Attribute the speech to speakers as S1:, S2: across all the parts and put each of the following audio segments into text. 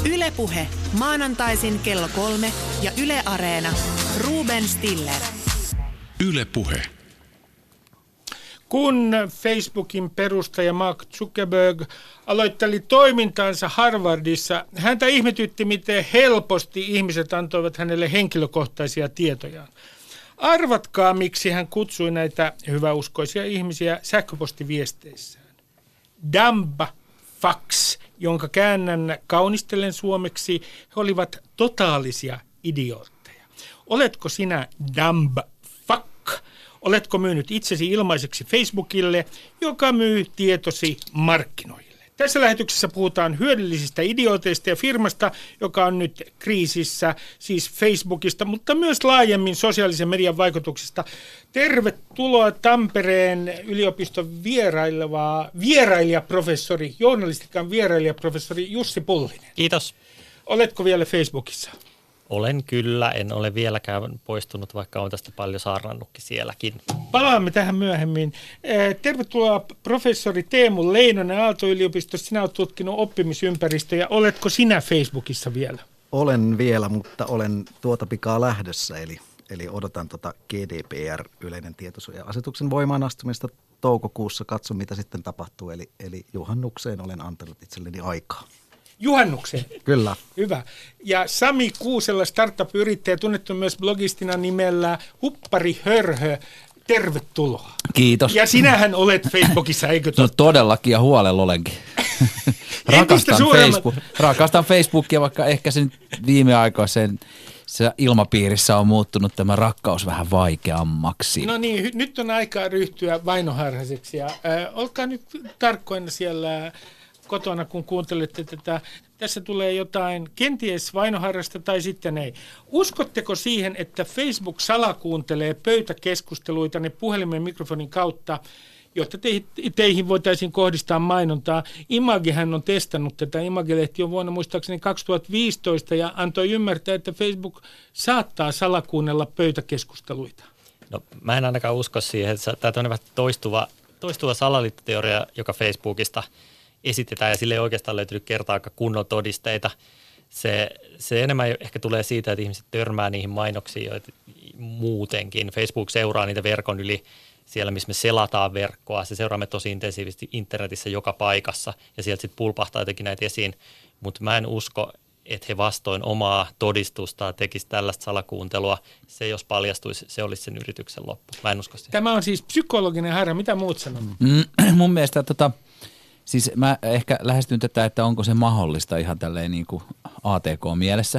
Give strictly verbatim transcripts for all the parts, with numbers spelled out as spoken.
S1: Yle Puhe. Maanantaisin kello kolme ja Yle Areena. Ruben Stiller.
S2: Yle Puhe.
S3: Kun Facebookin perustaja Mark Zuckerberg aloitteli toimintaansa Harvardissa, häntä ihmetytti, miten helposti ihmiset antoivat hänelle henkilökohtaisia tietojaan. Arvatkaa, miksi hän kutsui näitä hyväuskoisia ihmisiä sähköpostiviesteissään. Dumb fucks, jonka käännän kaunistellen suomeksi, he olivat totaalisia idiootteja. Oletko sinä dumb fuck? Oletko myynyt itsesi ilmaiseksi Facebookille, joka myy tietosi markkinoille? Tässä lähetyksessä puhutaan hyödyllisistä idiooteista ja firmasta, joka on nyt kriisissä, siis Facebookista, mutta myös laajemmin sosiaalisen median vaikutuksista. Tervetuloa Tampereen yliopiston vierailevaa vierailijaprofessori, journalistikan vierailijaprofessori Jussi Pullinen.
S4: Kiitos.
S3: Oletko vielä Facebookissa?
S4: Olen kyllä, en ole vieläkään poistunut, vaikka olen tästä paljon saarnannutkin sielläkin.
S3: Palaamme tähän myöhemmin. Tervetuloa professori Teemu Leinonen Aalto-yliopistosta. Sinä olet tutkinut oppimisympäristöjä. Oletko sinä Facebookissa vielä?
S5: Olen vielä, mutta olen tuota pikaa lähdössä, eli, eli odotan tuota G D P R, yleinen tietosuoja-asetuksen voimaan astumista toukokuussa. Katso, mitä sitten tapahtuu, eli, eli juhannukseen olen antanut itselleni aikaa.
S3: Juhannukseen.
S5: Kyllä.
S3: Hyvä. Ja Sami Kuusela, startup-yrittäjä, tunnettu myös blogistina nimellä Huppari Hörhö. Tervetuloa.
S6: Kiitos.
S3: Ja sinähän olet Facebookissa, eikö totta?
S6: No todellakin ja huolella olenkin. rakastan, Facebook, rakastan Facebookia, vaikka ehkä sen viime aikoina sen, se ilmapiirissä on muuttunut tämä rakkaus vähän vaikeammaksi.
S3: No niin, nyt on aikaa ryhtyä vainoharhaiseksi. Ja, äh, olkaa nyt tarkkoina siellä kotona, kun kuuntelette tätä. Tässä tulee jotain kenties vainoharrasta tai sitten ei. Uskotteko siihen, että Facebook salakuuntelee pöytäkeskusteluita ne puhelimen mikrofonin kautta, jotta te, teihin voitaisiin kohdistaa mainontaa? Imagehän on testannut tätä. Image-lehti on vuonna muistaakseni kaksituhattaviisitoista ja antoi ymmärtää, että Facebook saattaa salakuunnella pöytäkeskusteluita.
S4: No, mä en ainakaan usko siihen. Tämä on vähän toistuva, toistuva salaliittoteoria, joka Facebookista esitetään ja sille ei oikeastaan löytynyt kertaakaan kunnon todisteita. Se, se enemmän ehkä tulee siitä, että ihmiset törmää niihin mainoksiin joita muutenkin. Facebook seuraa niitä verkon yli siellä, missä me selataan verkkoa. Se seuraamme tosi intensiivisesti internetissä joka paikassa ja sieltä sitten pulpahtaa jotenkin näitä esiin. Mutta mä en usko, että he vastoin omaa todistusta tekisi tällaista salakuuntelua. Se jos paljastuisi, se olisi sen yrityksen loppu. Mä en usko siihen.
S3: Tämä on siis psykologinen harha. Mitä muut sanoo?
S6: Mm, mun mielestä tota... Siis mä ehkä lähestyn tätä, että onko se mahdollista ihan tälleen niin kuin A T K-mielessä.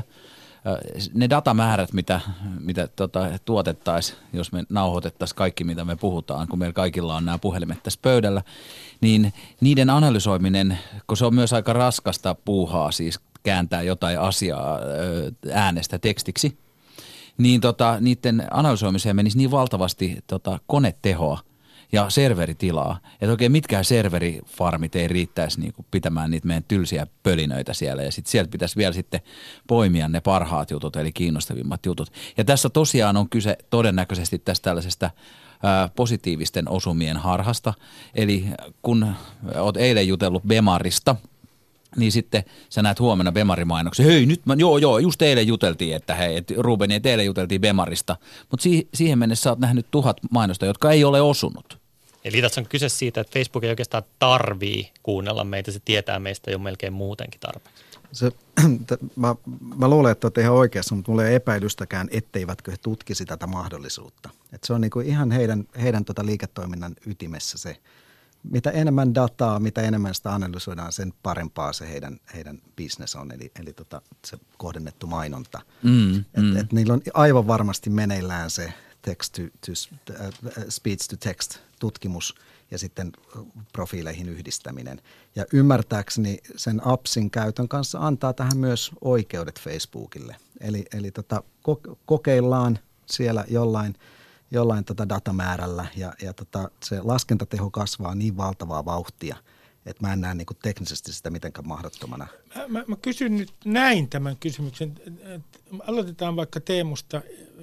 S6: Ne datamäärät, mitä, mitä tota, tuotettaisiin, jos me nauhoitettaisiin kaikki, mitä me puhutaan, kun meillä kaikilla on nämä puhelimet tässä pöydällä, niin niiden analysoiminen, kun se on myös aika raskasta puuhaa, siis kääntää jotain asiaa äänestä tekstiksi, niin tota, niiden analysoimiseen menisi niin valtavasti tota, konetehoa ja serveritilaa, että oikein mitkään serverifarmit ei riittäisi niinku pitämään niitä meidän tylsiä pölinöitä siellä. Ja sitten sieltä pitäisi vielä sitten poimia ne parhaat jutut, eli kiinnostavimmat jutut. Ja tässä tosiaan on kyse todennäköisesti tästä tällaisesta ää, positiivisten osumien harhasta. Eli kun olet eilen jutellut Bemarista, niin sitten sä näet huomenna Bemari-mainoksen. Hei, nyt mä, joo, joo, just eilen juteltiin, että hei, et Rubeni, että eilen juteltiin Bemarista. Mutta si- siihen mennessä sä oot nähnyt tuhat mainosta, jotka ei ole osunut.
S4: Eli tässä on kyse siitä, että Facebook ei oikeastaan tarvii kuunnella meitä, se tietää meistä jo melkein muutenkin tarpeeksi.
S5: Se, mä, mä luulen, että olette ihan oikeassa, mutta mulla ei epäilystäkään, etteivätkö he tutkisi tätä mahdollisuutta. Et se on niinku ihan heidän, heidän tota liiketoiminnan ytimessä se. Mitä enemmän dataa, mitä enemmän sitä analysoidaan, sen parempaa se heidän, heidän business on, eli, eli tota, se kohdennettu mainonta. Mm, et, mm. Et niillä on aivan varmasti meneillään se text to, to, uh, speech to text tutkimus ja sitten profiileihin yhdistäminen. Ja ymmärtääkseni sen appsin käytön kanssa antaa tähän myös oikeudet Facebookille. Eli, eli tota, kokeillaan siellä jollain jollain tota datamäärällä ja, ja tota, se laskentateho kasvaa niin valtavaa vauhtia, että mä en näe niinku teknisesti sitä mitenkään mahdottomana.
S3: Mä, mä, mä kysyn nyt näin tämän kysymyksen. Aloitetaan vaikka Teemusta.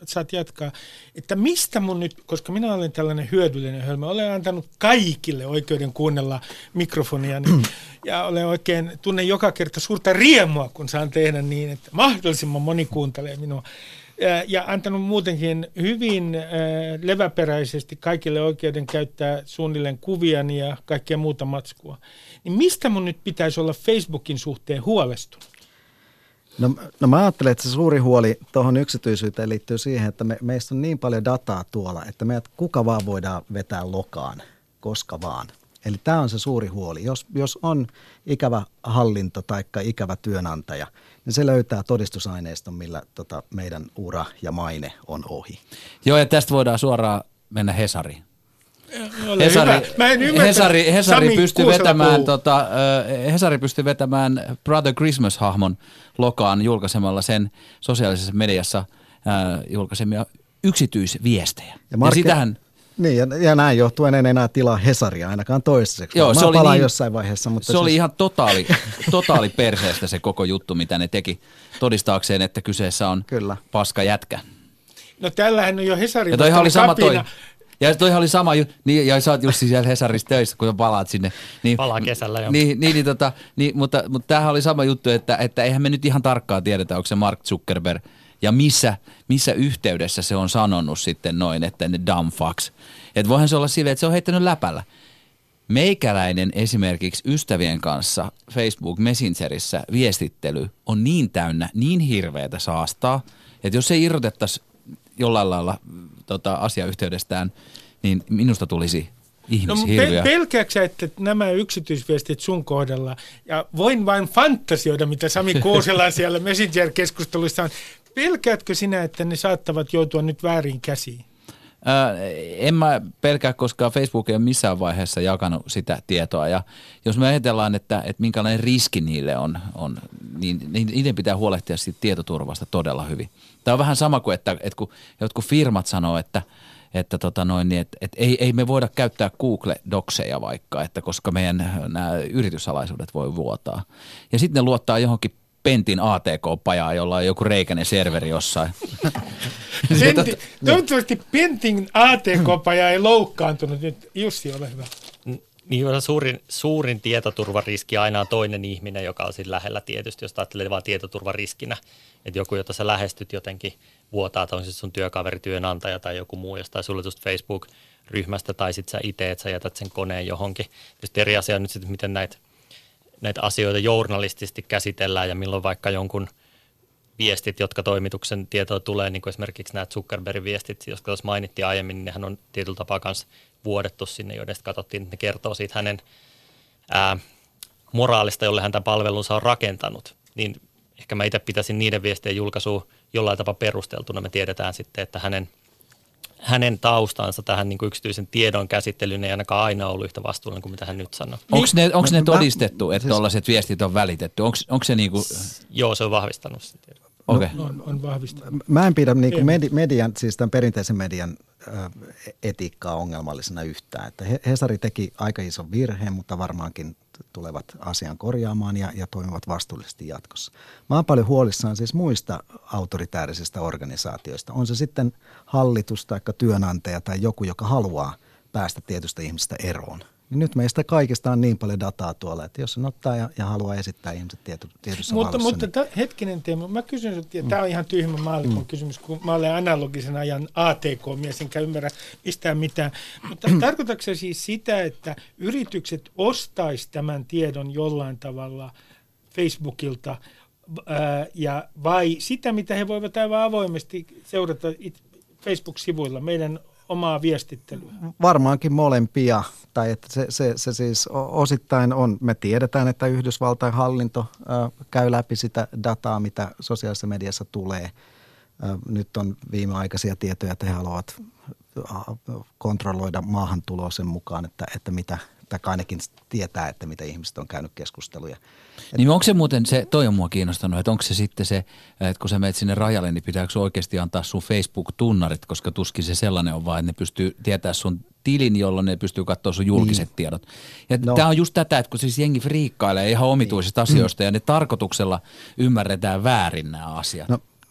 S3: saat jatkaa, että mistä mun nyt, koska minä olen tällainen hyödyllinen hölmö, olen antanut kaikille oikeuden kuunnella mikrofonia niin, ja olen oikein, tunnen joka kerta suurta riemua, kun saan tehdä niin, että mahdollisimman moni kuuntelee minua. Ja, ja antanut muutenkin hyvin äh, leväperäisesti kaikille oikeuden käyttää suunnilleen kuviani ja kaikkea muuta matskua. Niin mistä mun nyt pitäisi olla Facebookin suhteen huolestunut?
S5: No, no mä ajattelen, että se suuri huoli tuohon yksityisyyteen liittyy siihen, että me, meistä on niin paljon dataa tuolla, että meidät kuka vaan voidaan vetää lokaan, koska vaan. Eli tämä on se suuri huoli. Jos, jos on ikävä hallinto tai ikävä työnantaja, niin se löytää todistusaineiston, millä tota, meidän ura ja maine on ohi.
S6: Joo, ja tästä voidaan suoraan mennä Hesariin.
S3: Hesari,
S6: Hesari, Hesari pystyy vetämään, tota, Hesari pystyy vetämään Brother Christmas-hahmon lokaan julkaisemalla sen sosiaalisessa mediassa äh, julkaisemia yksityisviestejä. Ja, Marke- ja sitähän...
S5: Niin, ja, ja näin johtuen en enää tilaa Hesaria ainakaan toistaiseksi.
S6: Joo,
S5: Mä
S6: se oli
S5: palaan
S6: niin,
S5: jossain vaiheessa. Mutta
S6: se
S5: siis...
S6: oli ihan totaali, totaali perseestä se koko juttu, mitä ne teki todistaakseen, että kyseessä on Kyllä. paska jätkä.
S3: No tällähän on jo Hesarin
S6: ja toihan oli sama toi. Ja toihan oli sama, niin, ja sä oot Jussi siellä Hesarissa töissä, kun palaat sinne. Niin,
S4: Palaa kesällä jo.
S6: Niin, niin, niin, tota, niin, mutta, mutta tämähän oli sama juttu, että, että eihän me nyt ihan tarkkaan tiedetä, onko se Mark Zuckerberg ja missä, missä yhteydessä se on sanonut sitten noin, että ne dumb fucks. Että voihan se olla silleen, että se on heittänyt läpällä. Meikäläinen esimerkiksi ystävien kanssa Facebook Messengerissä viestittely on niin täynnä, niin hirveätä saastaa, että jos se irrotettaisi jollain lailla tota, asiayhteydestään, niin minusta tulisi ihmishirviö.
S3: No pelkääksä, että nämä yksityisviestit sun kohdalla, ja voin vain fantasioida, mitä Sami Kuusela siellä Messenger-keskusteluissa on, pelkäätkö sinä, että ne saattavat joutua nyt väärin käsiin?
S6: Ää, en mä pelkää, koska Facebook ei ole missään vaiheessa jakanut sitä tietoa, ja jos me ajatellaan, että, että minkälainen riski niille on, on niin, niin niiden pitää huolehtia siitä tietoturvasta todella hyvin. Tämä on vähän sama kuin, että, että kun jotkut firmat sanoo, että, että, tota noin, niin, että, että ei, ei me voida käyttää Google Docseja vaikka, että koska meidän nämä yrityssalaisuudet voi vuotaa. Ja sitten ne luottaa johonkin Pentin A T K-pajaa, jolla on joku reikäinen serveri jossain.
S3: Penti, toivottavasti Pentin A T K-paja ei loukkaantunut nyt. Jussi, ole hyvä.
S4: Niin, suurin, suurin tietoturvariski aina on toinen ihminen, joka on siinä lähellä tietysti, jos ajattelee vaan tietoturvariskinä. Että joku, jota sä lähestyt jotenkin vuotaa, tai on siis sun työkaveri, työnantaja tai joku muu jostain suljetusta Facebook-ryhmästä, tai sitten sä itse, että sä jätät sen koneen johonkin. Tietysti eri asia on nyt sitten, miten näitä, näitä asioita journalistisesti käsitellään, ja milloin vaikka jonkun viestit, jotka toimituksen tietoa tulee, niin kuin esimerkiksi nämä Zuckerbergin viestit, jotka tuossa mainittiin aiemmin, niin nehän on tietyllä tapaa myös vuodettu sinne, joiden katsottiin, että ne kertoo siitä hänen ää, moraalista, jolle hän tämän palvelunsa on rakentanut. Niin ehkä mä itse pitäisin niiden viestien julkaisua jollain tapaa perusteltuna. Me tiedetään sitten, että hänen, hänen taustansa tähän niin kuin yksityisen tiedon käsittelyyn ei ainakaan aina ollut yhtä vastuullinen kuin mitä hän nyt sanoi.
S6: Onko ne, onko ne todistettu, että tuollaiset viestit on välitetty? Onko, onko se niin kuin...
S4: Joo, se on vahvistanut sen tiedon.
S6: Okay.
S3: No, on, on vahvistanut.
S5: Mä en pidä niin kuin medi, median, siis tämän perinteisen median ä, etiikkaa ongelmallisena yhtään. Että Hesari teki aika ison virheen, mutta varmaankin tulevat asian korjaamaan ja, ja toimivat vastuullisesti jatkossa. Mä oon paljon huolissaan siis muista autoritäärisistä organisaatioista. On se sitten hallitus tai työnantaja tai joku, joka haluaa päästä tietystä ihmistä eroon. Niin nyt meistä kaikista on niin paljon dataa tuolla, että jos sen ottaa ja, ja haluaa esittää ihmiset tiety, tietyssä
S3: mutta,
S5: valossa.
S3: mutta niin... t- hetkinen Teemu, mä kysyn sinut, mm. tämä on ihan tyhmä maallikon mm. kysymys, kun mä olen analogisen ajan A T K-mies, enkä ymmärrä mistään mitään. Mutta tarkoitatko se siis sitä, että yritykset ostaisi tämän tiedon jollain tavalla Facebookilta, ää, ja vai sitä, mitä he voivat aivan avoimesti seurata it, Facebook-sivuilla, meidän omaa viestittelyä?
S5: Varmaankin molempia, tai että se, se, se siis osittain on, me tiedetään, että Yhdysvaltain hallinto äh, käy läpi sitä dataa, mitä sosiaalisessa mediassa tulee. Äh, nyt on viimeaikaisia tietoja, että he haluavat kontrolloida maahantuloa sen mukaan, että, että mitä, tai ainakin tietää, että mitä ihmiset on käynyt keskusteluja.
S6: Niin onko se muuten, se, toi on mua kiinnostanut, että onko se sitten se, että kun sä menet sinne rajalle, niin pitääkö oikeasti antaa sun Facebook-tunnarit, koska tuskin se sellainen on vaan, että ne pystyy tietää sun tilin, jolloin ne pystyy katsoa sun julkiset niin. tiedot. Ja no. Tämä on just tätä, että kun siis jengi friikkailee ihan omituisista niin. asioista ja ne tarkoituksella ymmärretään väärin nämä asiat.
S5: No.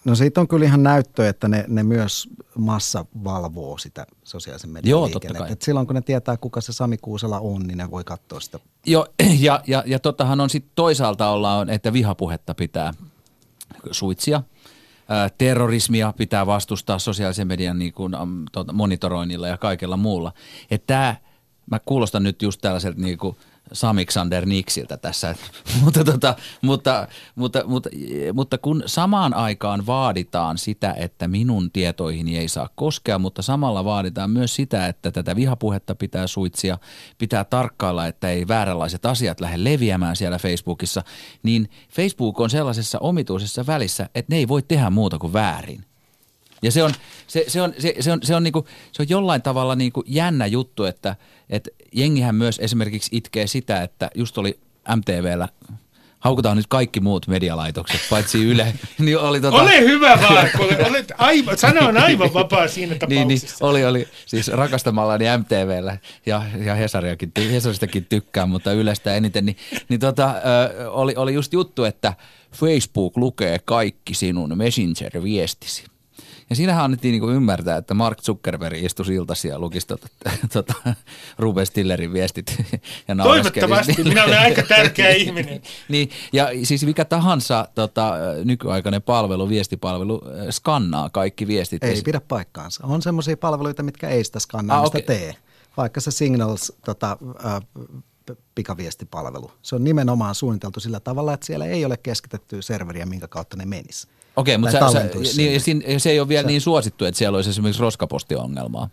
S5: No siitä on kyllä ihan näyttö, että ne, ne myös massa valvoo sitä sosiaalisen median
S6: Joo,
S5: liikennettä.
S6: totta kai.
S5: Et silloin kun ne tietää, kuka se Sami Kuusela on, niin ne voi katsoa sitä.
S6: Joo, ja, ja, ja tottahan on sitten toisaalta ollaan, että vihapuhetta pitää suitsia. Ää, terrorismia pitää vastustaa sosiaalisen median niin kuin, am, tuota, monitoroinnilla ja kaikella muulla. Että tämä, mä kuulostan nyt just tällaiselta niin kuin Samiksander Niksiltä tässä, mutta, tota, mutta, mutta, mutta, mutta kun samaan aikaan vaaditaan sitä, että minun tietoihini ei saa koskea, mutta samalla vaaditaan myös sitä, että tätä vihapuhetta pitää suitsia, pitää tarkkailla, että ei vääränlaiset asiat lähde leviämään siellä Facebookissa, niin Facebook on sellaisessa omituisessa välissä, että ne ei voi tehdä muuta kuin väärin. Ja se on, se, se on, se, se on, se on, niinku, se on jollain tavalla niinku jännä juttu, että, että jengihän myös esimerkiksi itkee sitä, että just oli M T V:llä, haukutaan nyt kaikki muut medialaitokset, paitsi Yle. Niin oli tota...
S3: Ole hyvä vaan, olet aivan, sana on aivan vapaa siinä tapauksessa.
S6: niin, niin, oli, oli siis rakastamallani M T V:llä ja, ja Hesariakin, Hesaristakin tykkään, mutta Ylestä eniten, niin, niin tota, ö, oli, oli just juttu, että Facebook lukee kaikki sinun Messenger-viestisi. Ja siinähän annettiin niinku ymmärtää, että Mark Zuckerberg istui iltasi ja lukisi tota, tota, Ruben Stillerin viestit. Ja
S3: toivottavasti, minä olen aika tärkeä ihminen.
S6: Niin, ja siis mikä tahansa tota, nykyaikainen palvelu, viestipalvelu, skannaa kaikki viestit.
S5: Ei pidä paikkaansa. On semmoisia palveluita, mitkä ei sitä skannaamista ah, okay. tee. Vaikka se Signals tota, äh, pikaviestipalvelu. Se on nimenomaan suunniteltu sillä tavalla, että siellä ei ole keskitettyä serveriä, minkä kautta ne menis.
S6: Okei, mutta sä, sä, niin, se ei ole vielä sä, niin suosittu, että siellä olisi esimerkiksi roskapostiongelmaa.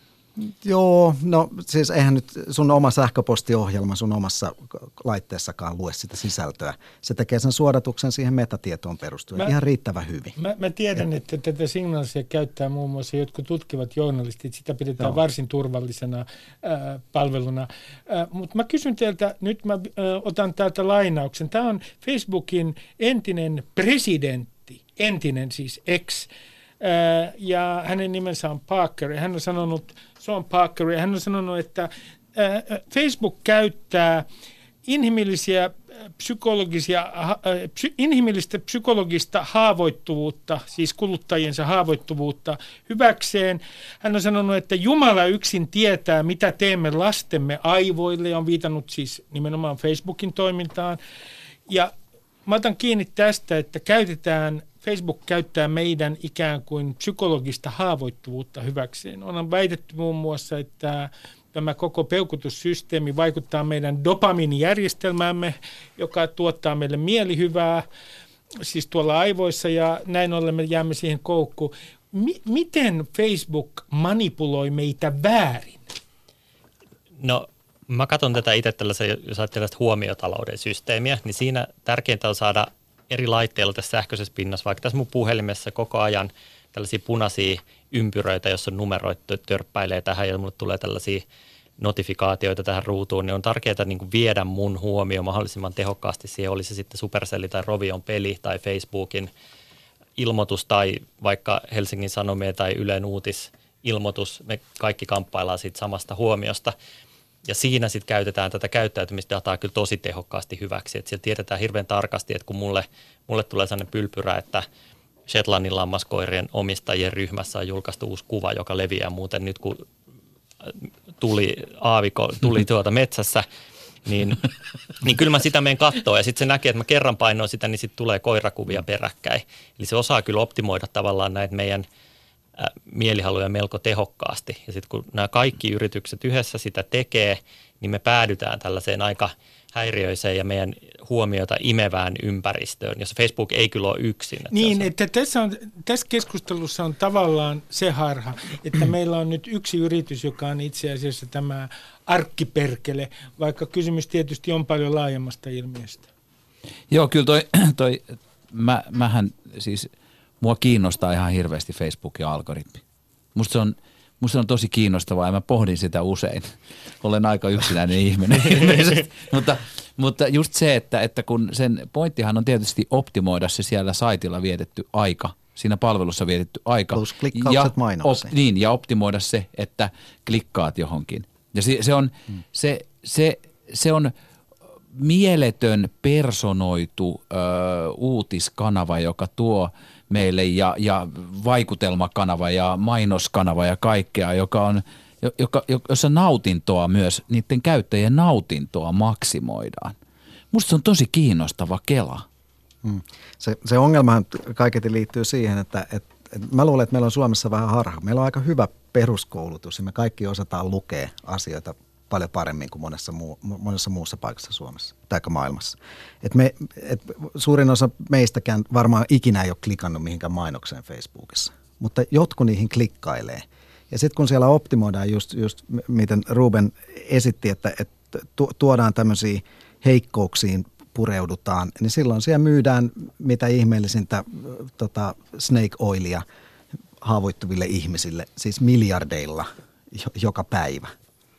S5: Joo, no siis eihän nyt sun oma sähköpostiohjelma sun omassa laitteessakaan lue sitä sisältöä. Se tekee sen suodatuksen siihen metatietoon perustuen mä, ihan riittävän hyvin.
S3: Mä, mä tiedän, ja, että tätä signaalisia käyttää muun muassa jotkut tutkivat journalistit. Sitä pidetään joo. varsin turvallisena ää, palveluna. Ää, mutta mä kysyn teiltä, nyt mä ää, otan täältä lainauksen. Tämä on Facebookin entinen presidentti, entinen siis ex, ää, ja hänen nimensä on Parker. Hän on sanonut, Sean Parker, ja hän on sanonut, että ää, Facebook käyttää inhimillisiä psykologisia, psy, inhimillistä psykologista haavoittuvuutta, siis kuluttajiensa haavoittuvuutta hyväkseen. Hän on sanonut, että Jumala yksin tietää, mitä teemme lastemme aivoille, ja on viitannut siis nimenomaan Facebookin toimintaan. Ja mä otan kiinni tästä, että käytetään, Facebook käyttää meidän ikään kuin psykologista haavoittuvuutta hyväkseen. On väitetty muun muassa, että tämä koko peukutussysteemi vaikuttaa meidän dopamiinijärjestelmäämme, joka tuottaa meille mielihyvää, siis tuolla aivoissa, ja näin ollen me jäämme siihen koukkuun. M- miten Facebook manipuloi meitä väärin?
S4: No, mä katson tätä itse tällaisen, jos ajattelee tällaista huomiotalouden systeemiä, niin siinä tärkeintä on saada eri laitteilla tässä sähköisessä pinnassa, vaikka tässä mun puhelimessa koko ajan tällaisia punaisia ympyröitä, jossa on numeroitu, törppäilee tähän ja mulle tulee tällaisia notifikaatioita tähän ruutuun, niin on tärkeää niin kuin viedä mun huomio mahdollisimman tehokkaasti siihen, oli se sitten Supercell tai Rovion peli tai Facebookin ilmoitus tai vaikka Helsingin Sanomien tai Ylen uutisilmoitus, me kaikki kamppaillaan siitä samasta huomiosta. Ja siinä sitten käytetään tätä käyttäytymisdataa kyllä tosi tehokkaasti hyväksi. Että siellä tiedetään hirveän tarkasti, että kun mulle, mulle tulee sellainen pylpyrä, että Shetlandin lammaskoirien omistajien ryhmässä on julkaistu uusi kuva, joka leviää muuten nyt, kun tuli aaviko, tuli tuota metsässä, niin, niin kyllä mä sitä menen katsoa. Ja sitten se näkee, että mä kerran painoin sitä, niin sitten tulee koirakuvia peräkkäin. Eli se osaa kyllä optimoida tavallaan näitä meidän mielihaluja melko tehokkaasti. Ja sitten kun nämä kaikki yritykset yhdessä sitä tekee, niin me päädytään tällaiseen aika häiriöiseen ja meidän huomiota imevään ympäristöön, jossa Facebook ei kyllä ole yksin. Että
S3: niin,
S4: on...
S3: että tässä, on, tässä keskustelussa on tavallaan se harha, että meillä on nyt yksi yritys, joka on itse asiassa tämä arkkiperkele, vaikka kysymys tietysti on paljon laajemmasta ilmiöstä.
S6: Joo, kyllä toi, toi mä, mähän siis... Mua kiinnostaa ihan hirveästi Facebookin algoritmi. Musta se on, musta se on tosi kiinnostavaa ja mä pohdin sitä usein. Olen aika yksinäinen ihminen. mutta, mutta just se, että, että kun sen pointtihan on tietysti optimoida se siellä saitilla vietetty aika, siinä palvelussa vietetty aika.
S5: Plus klikkaukset mainokseen.
S6: Op, niin, ja optimoida se, että klikkaat johonkin. Ja se, se, on, hmm. se, se, se on mieletön personoitu ö, uutiskanava, joka tuo meille ja, ja vaikutelmakanava ja mainoskanava ja kaikkea, joka on, joka, jossa nautintoa myös, niiden käyttäjien nautintoa maksimoidaan. Musta se on tosi kiinnostava kela.
S5: Hmm. Se, se ongelmahan kaiketi liittyy siihen, että, että, että mä luulen, että meillä on Suomessa vähän harha. Meillä on aika hyvä peruskoulutus ja me kaikki osataan lukea asioita paljon paremmin kuin monessa, muu, monessa muussa paikassa Suomessa tai maailmassa. Et me, et suurin osa meistäkään varmaan ikinä ei ole klikannut mihinkään mainokseen Facebookissa, mutta jotkut niihin klikkailee. Ja sitten kun siellä optimoidaan just, just miten Ruben esitti, että, että tuodaan tämmöisiä heikkouksiin pureudutaan, niin silloin siellä myydään mitä ihmeellisintä tota, snake oilia haavoittuville ihmisille, siis miljardeilla joka päivä.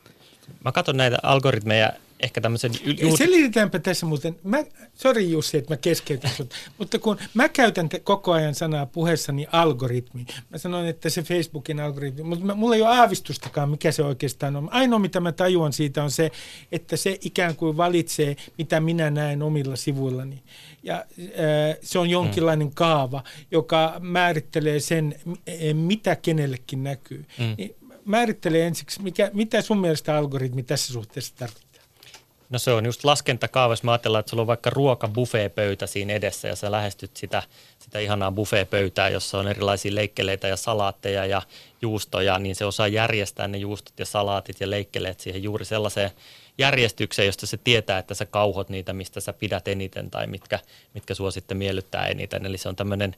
S4: Mä katson näitä algoritmeja ehkä tämmöisen...
S3: Juuri... Selitetäänpä tässä muuten. Mä, sori Jussi, että mä keskeytän sut, mutta kun mä käytän te, koko ajan sanaa puheessani algoritmi. Mä sanon, että se Facebookin algoritmi, mutta mä, mulla ei ole aavistustakaan, mikä se oikeastaan on. Ainoa, mitä mä tajuan siitä on se, että se ikään kuin valitsee, mitä minä näen omilla sivuillani. Ja äh, se on jonkinlainen mm. kaava, joka määrittelee sen, mitä kenellekin näkyy. Mm. Niin, määrittelee ensiksi, mikä, mitä sun mielestä algoritmi tässä suhteessa tarkoittaa?
S4: No se on just laskentakaava, jos mä ajatellaan, että sulla on vaikka ruokabuffeepöytä siinä edessä ja sä lähestyt sitä, sitä ihanaa buffeepöytää, jossa on erilaisia leikkeleitä ja salaatteja ja juustoja, niin se osaa järjestää ne juustot ja salaatit ja leikkeleet siihen juuri sellaiseen järjestykseen, josta se tietää, että sä kauhot niitä, mistä sä pidät eniten tai mitkä, mitkä sua sitten miellyttää eniten. Eli se on tämmöinen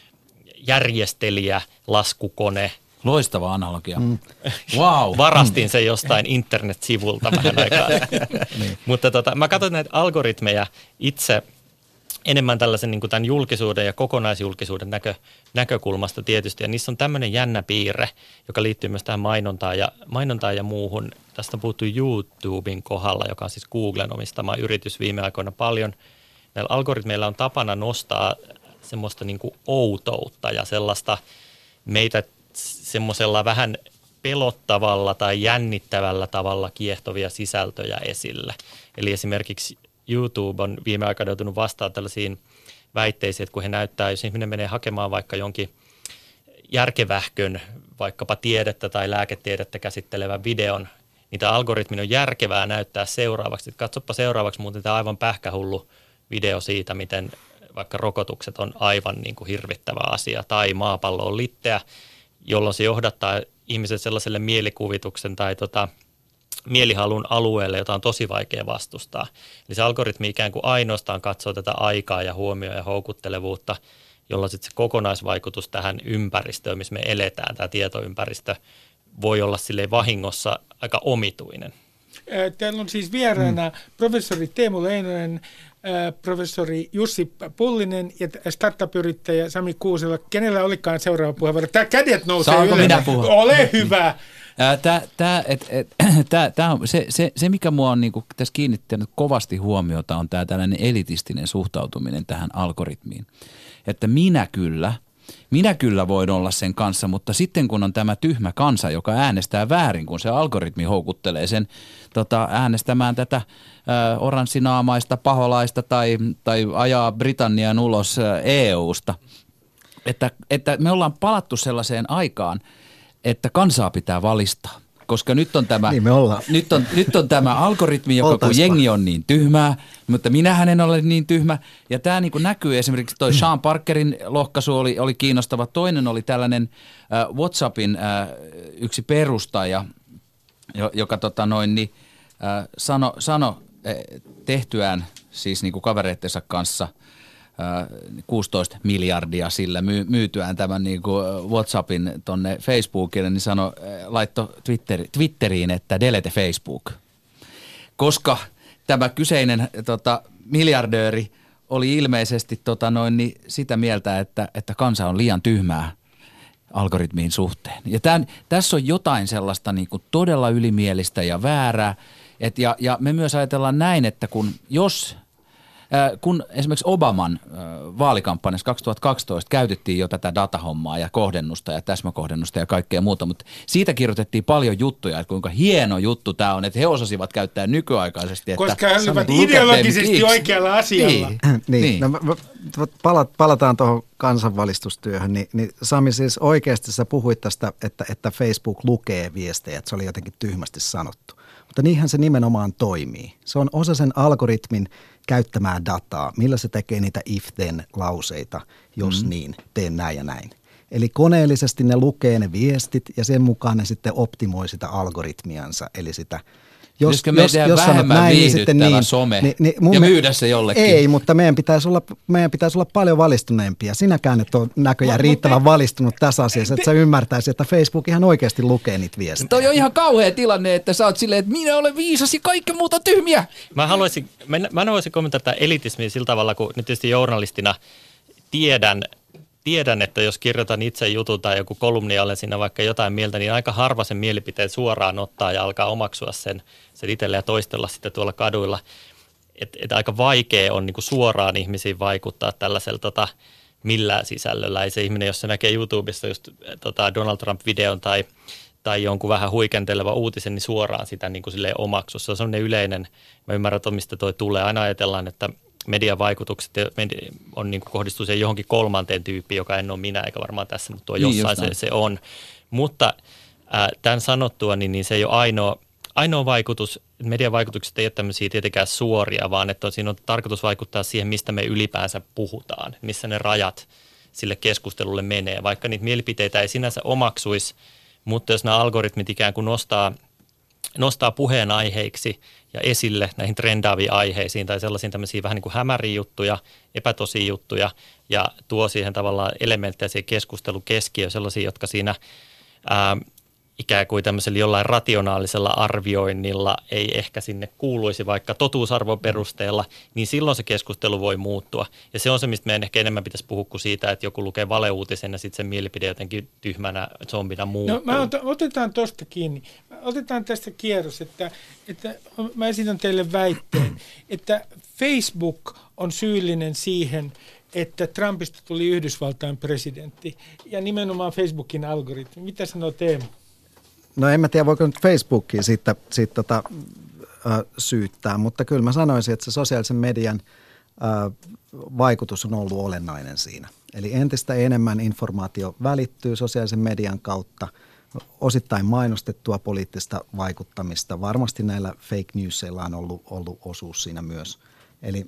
S4: järjestelijä, laskukone.
S6: Loistava analogia. Mm. Wow.
S4: Varastin se jostain internet-sivulta vähän aikaa. niin. Mutta tota, mä katson näitä algoritmeja itse enemmän tällaisen niin kuin tämän julkisuuden ja kokonaisjulkisuuden näkö, näkökulmasta tietysti. Ja niissä on tämmöinen jännä piirre, joka liittyy myös tähän mainontaan ja, mainontaan ja muuhun. Tästä on puhuttu YouTuben kohdalla, joka on siis Googlen omistama yritys viime aikoina paljon. Näillä algoritmeilla on tapana nostaa semmoista niin kuin outoutta ja sellaista meitä semmoisella vähän pelottavalla tai jännittävällä tavalla kiehtovia sisältöjä esille. Eli esimerkiksi YouTube on viime aikoina joutunut vastaan tällaisiin väitteisiin, että kun he näyttää, jos ihminen menee hakemaan vaikka jonkin järkevähkön, vaikkapa tiedettä tai lääketiedettä käsittelevän videon, niin tämä algoritmin on järkevää näyttää seuraavaksi. Että katsoppa seuraavaksi muuten tämä aivan pähkähullu video siitä, miten vaikka rokotukset on aivan niin kuin hirvittävä asia tai maapallo on litteä, jolloin se johdattaa ihmiset sellaiselle mielikuvituksen tai tota, mielihalun alueelle, jota on tosi vaikea vastustaa. Eli se algoritmi ikään kuin ainoastaan katsoo tätä aikaa ja huomioon ja houkuttelevuutta, jolloin sitten se kokonaisvaikutus tähän ympäristöön, missä me eletään, tämä tietoympäristö, voi olla silleen vahingossa aika omituinen.
S3: Täällä on siis vieraana mm. professori Teemu Leinonen, professori Jussi Pullinen ja startup-yrittäjä Sami Kuusela. Kenellä olikaan seuraava puheenvuoro? Tämä kädet nousee
S6: Saanko
S3: ylös.
S6: minä puhua?
S3: Ole hyvä!
S6: Tämä, tämä, et, et, tämä, tämä on, se, se, se, mikä mua on niin kuin tässä kiinnittänyt kovasti huomiota, on tämä tällainen elitistinen suhtautuminen tähän algoritmiin. Että minä kyllä, minä kyllä voin olla sen kanssa, mutta sitten kun on tämä tyhmä kansa, joka äänestää väärin, kun se algoritmi houkuttelee sen tota, äänestämään tätä ä, oranssinaamaista paholaista tai, tai ajaa Britannian ulos E U:sta, että, että me ollaan palattu sellaiseen aikaan, että kansaa pitää valistaa, koska nyt on tämä,
S5: niin
S6: nyt on, nyt on tämä algoritmi, joka kun jengi on niin tyhmää, mutta minähän en ole niin tyhmä. Ja tämä niin kuin näkyy esimerkiksi toi Sean Parkerin lohkaisu oli, oli kiinnostava. Toinen oli tällainen äh, WhatsAppin äh, yksi perustaja, joka tota noin, niin, äh, sano, sano äh, tehtyään siis niin kuin kavereittensa kanssa kuusitoista miljardia sillä my, myytyään tämän niin kuin WhatsAppin tonne Facebookille, niin sano, laitto Twitter, Twitteriin, että delete Facebook. Koska tämä kyseinen tota, miljardööri oli ilmeisesti tota, noin, niin sitä mieltä, että, että kansa on liian tyhmää algoritmiin suhteen. Ja tämän, tässä on jotain sellaista niin kuin todella ylimielistä ja väärää. Et ja, ja me myös ajatellaan näin, että kun jos... Kun esimerkiksi Obaman vaalikampanjassa kaksituhattakaksitoista käytettiin jo tätä datahommaa ja kohdennusta ja täsmäkohdennusta ja kaikkea muuta, mutta siitä kirjoitettiin paljon juttuja, että kuinka hieno juttu tämä on, että he osasivat käyttää nykyaikaisesti.
S3: Koska he olivat ideologisesti oikealla asialla.
S5: Niin, niin. niin. No, palataan tuohon kansanvalistustyöhön, niin, niin Sami siis oikeasti sä puhuit tästä, että, että Facebook lukee viestejä, että se oli jotenkin tyhmästi sanottu. Mutta niinhän se nimenomaan toimii. Se on osa sen algoritmin käyttämää dataa, millä se tekee niitä if-then-lauseita, jos mm. niin, teen näin ja näin. Eli koneellisesti ne lukee ne viestit ja sen mukaan ne sitten optimoi sitä algoritmiansa, eli sitä
S6: jos, jos, jos sanot näin, niin sitten niin, some niin, niin ja myydä me, se jollekin.
S5: Ei, mutta meidän pitäisi olla, meidän pitäisi olla paljon valistuneempia. Sinäkään et ole näköjään riittävän valistunut tässä asiassa, että sä ymmärtäisi, että Facebook ihan oikeasti lukee niitä viestejä.
S6: Toi on ihan kauhea tilanne, että sä oot silleen, että minä olen viisas ja kaikki muuta tyhmiä.
S4: Mä haluaisin, mä haluaisin kommentoida tätä elitismiä sillä tavalla, kun nyt tietysti journalistina tiedän, Tiedän, että jos kirjoitan itse jutun tai joku kolumni alle siinä vaikka jotain mieltä, niin aika harva sen mielipiteen suoraan ottaa ja alkaa omaksua sen, sen itselle ja toistella sitten tuolla kaduilla. Että et aika vaikea on niinku suoraan ihmisiin vaikuttaa tällaisella tota, millään sisällöllä. Ei se ihminen, jos se näkee YouTubessa just tota Donald Trump-videon tai, tai jonkun vähän huikenteleva uutisen, niin suoraan sitä niinku silleen omaksu. Se on sellainen yleinen, mä ymmärrän, että mistä toi tulee. Aina ajatellaan, että median vaikutukset on, niin kuin kohdistuu siihen johonkin kolmanteen tyyppiin, joka en ole minä eikä varmaan tässä, mutta tuo niin, jossain se, se on. Mutta äh, tämän sanottua, niin, niin se ei ole ainoa, ainoa vaikutus. Median vaikutukset ei ole tämmöisiä tietenkään suoria, vaan että on, siinä on tarkoitus vaikuttaa siihen, mistä me ylipäänsä puhutaan, missä ne rajat sille keskustelulle menee. Vaikka niitä mielipiteitä ei sinänsä omaksuisi, mutta jos nämä algoritmit ikään kuin nostaa, nostaa puheenaiheiksi ja esille näihin trendaaviin aiheisiin tai sellaisiin tämmöisiin vähän niin kuin hämäriä juttuja, epätosia juttuja ja tuo siihen tavallaan elementtejä siihen keskustelun keskiöön, sellaisia, jotka siinä ää, ikään kuin tämmöisellä jollain rationaalisella arvioinnilla ei ehkä sinne kuuluisi vaikka totuusarvon perusteella, niin silloin se keskustelu voi muuttua. Ja se on se, mistä meidän ehkä enemmän pitäisi puhua kuin siitä, että joku lukee valeuutisen ja sitten sen mielipide jotenkin tyhmänä zombina muuttuu.
S3: No, mä ot, otetaan tuosta kiinni. Otetaan tästä kierros, että, että mä esitän teille väitteen, että Facebook on syyllinen siihen, että Trumpista tuli Yhdysvaltain presidentti ja nimenomaan Facebookin algoritmi. Mitä sanoo Teemu?
S5: No en mä tiedä, voiko nyt Facebookia siitä, siitä tota, äh, syyttää, mutta kyllä mä sanoisin, että se sosiaalisen median äh, vaikutus on ollut olennainen siinä. Eli entistä enemmän informaatio välittyy sosiaalisen median kautta, osittain mainostettua poliittista vaikuttamista. Varmasti näillä fake newsilla on ollut, ollut osuus siinä myös. Eli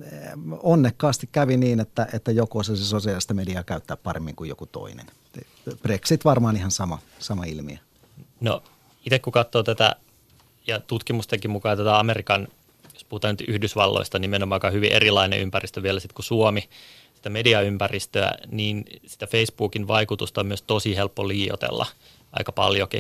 S5: onnekkaasti kävi niin, että, että joku osasi sosiaalista mediaa käyttää paremmin kuin joku toinen. Brexit varmaan ihan sama, sama ilmiö.
S4: No itse kun katsoo tätä ja tutkimustenkin mukaan tätä Amerikan, jos puhutaan nyt Yhdysvalloista, nimenomaan aika hyvin erilainen ympäristö vielä sitten kuin Suomi, sitä mediaympäristöä, niin sitä Facebookin vaikutusta on myös tosi helppo liioitella aika paljonkin.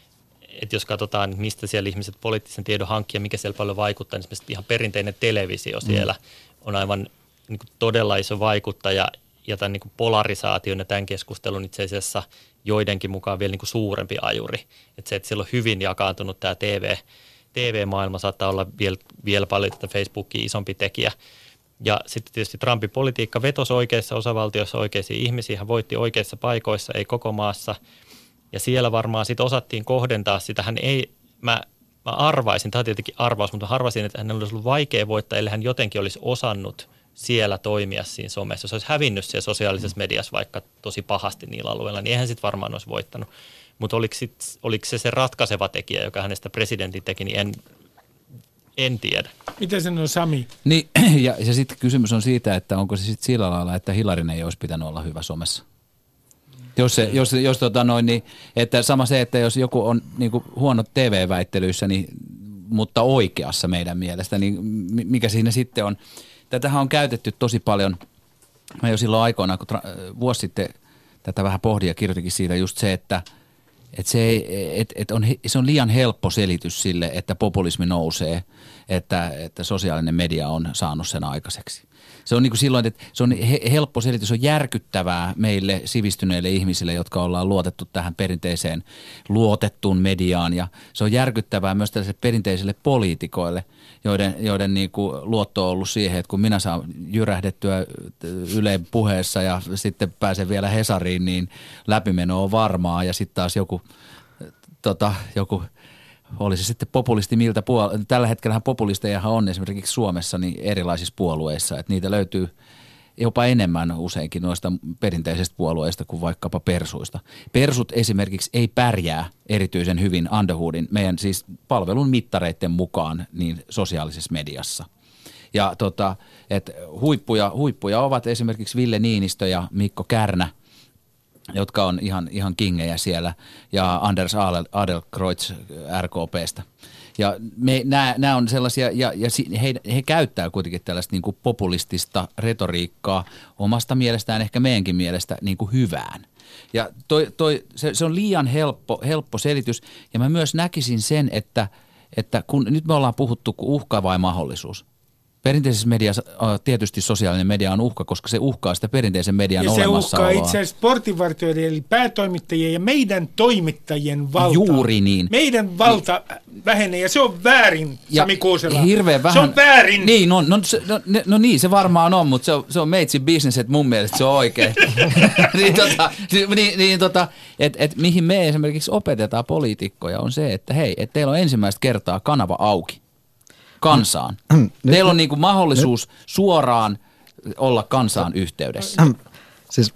S4: Että jos katsotaan, mistä siellä ihmiset poliittisen tiedon hankkia, mikä siellä paljon vaikuttaa, niin esimerkiksi ihan perinteinen televisio siellä mm. on aivan niin kuin todella iso vaikuttaja ja tämän niin kuin polarisaation ja tämän keskustelun itse asiassa joidenkin mukaan vielä niin kuin suurempi ajuri. Että se, että siellä on hyvin jakaantunut tämä T V, T V-maailma saattaa olla vielä, vielä paljon tätä Facebookia isompi tekijä. Ja sitten tietysti Trumpin politiikka vetosi oikeissa osavaltioissa oikeisiin ihmisiin, hän voitti oikeissa paikoissa, ei koko maassa. Ja siellä varmaan sitten osattiin kohdentaa sitä. Hän ei, mä, mä arvaisin, tämä on tietenkin arvaus, mutta arvasin, että hänellä olisi ollut vaikea voittaa, ellei hän jotenkin olisi osannut siellä toimia siinä somessa. Jos olisi hävinnyt siellä sosiaalisessa mediassa vaikka tosi pahasti niillä alueilla, niin eihän sitten varmaan olisi voittanut. Mutta oliko, sit, oliko se se ratkaiseva tekijä, joka hänestä presidentin teki, niin en, en tiedä.
S3: Mitä sanoo Sami?
S6: Niin, ja, ja sitten kysymys on siitä, että onko se sitten sillä lailla, että Hillarin ei olisi pitänyt olla hyvä somessa. Jos, se, jos, jos tota noin, niin, että sama se, että jos joku on niin kuin huono T V-väittelyissä, niin, mutta oikeassa meidän mielestä, niin mikä siinä sitten on? Tätähän on käytetty tosi paljon. Mä jo silloin aikoinaan, kun tra- vuosi sitten tätä vähän pohdin ja kirjoitinkin siitä just se, että, että se, ei, et, et on, se on liian helppo selitys sille, että populismi nousee, että, että sosiaalinen media on saanut sen aikaiseksi. Se on niin kuin silloin, että se on helppo selitys, se on järkyttävää meille sivistyneille ihmisille, jotka ollaan luotettu tähän perinteiseen luotettuun mediaan. Ja se on järkyttävää myös tällaisille perinteisille poliitikoille, joiden, joiden niin kuin luotto on ollut siihen, että kun minä saan jyrähdettyä Ylen puheessa ja sitten pääsen vielä Hesariin, niin läpimeno on varmaa. Ja sitten taas joku, tota, joku oli se sitten populisti miltä puolella. Tällä hetkellähän populistejahan on esimerkiksi Suomessa niin erilaisissa puolueissa, että niitä löytyy jopa enemmän useinkin noista perinteisistä puolueista kuin vaikkapa persuista. Persut esimerkiksi ei pärjää erityisen hyvin Underwoodin, meidän siis palvelun mittareiden mukaan niin sosiaalisessa mediassa. Ja tota, että huippuja, huippuja ovat esimerkiksi Ville Niinistö ja Mikko Kärnä, jotka on ihan, ihan kingejä siellä, ja Anders Adlercreutz R K P:stä. Ja nämä on sellaisia, ja, ja he, he käyttää kuitenkin tällaista niin kuin populistista retoriikkaa omasta mielestään, ehkä meidänkin mielestä niin kuin hyvään. Ja toi, toi, se, se on liian helppo, helppo selitys, ja mä myös näkisin sen, että, että kun nyt me ollaan puhuttu uhka vai mahdollisuus. Perinteisessä mediassa tietysti sosiaalinen media on uhka, koska se uhkaa sitä perinteisen median olemassaoloa.
S3: Ja se uhkaa itse asiassa sportinvartijoiden eli päätoimittajien ja meidän toimittajien valta.
S6: Juuri niin.
S3: Meidän valta niin. vähenee ja se on väärin, ja Sami Kuusela.
S6: Hirveän vähän.
S3: Se on väärin.
S6: Niin, no, no, no, no niin, se varmaan on, mutta se on, se on meitsin business, että mun mielestä se on oikein. niin, tota, niin, niin tota, että et, mihin me esimerkiksi opetetaan poliitikkoja on se, että hei, että teillä on ensimmäistä kertaa kanava auki. Kansaan. Nyt, Teillä on niinku mahdollisuus nyt suoraan olla kansaan yhteydessä.
S5: Siis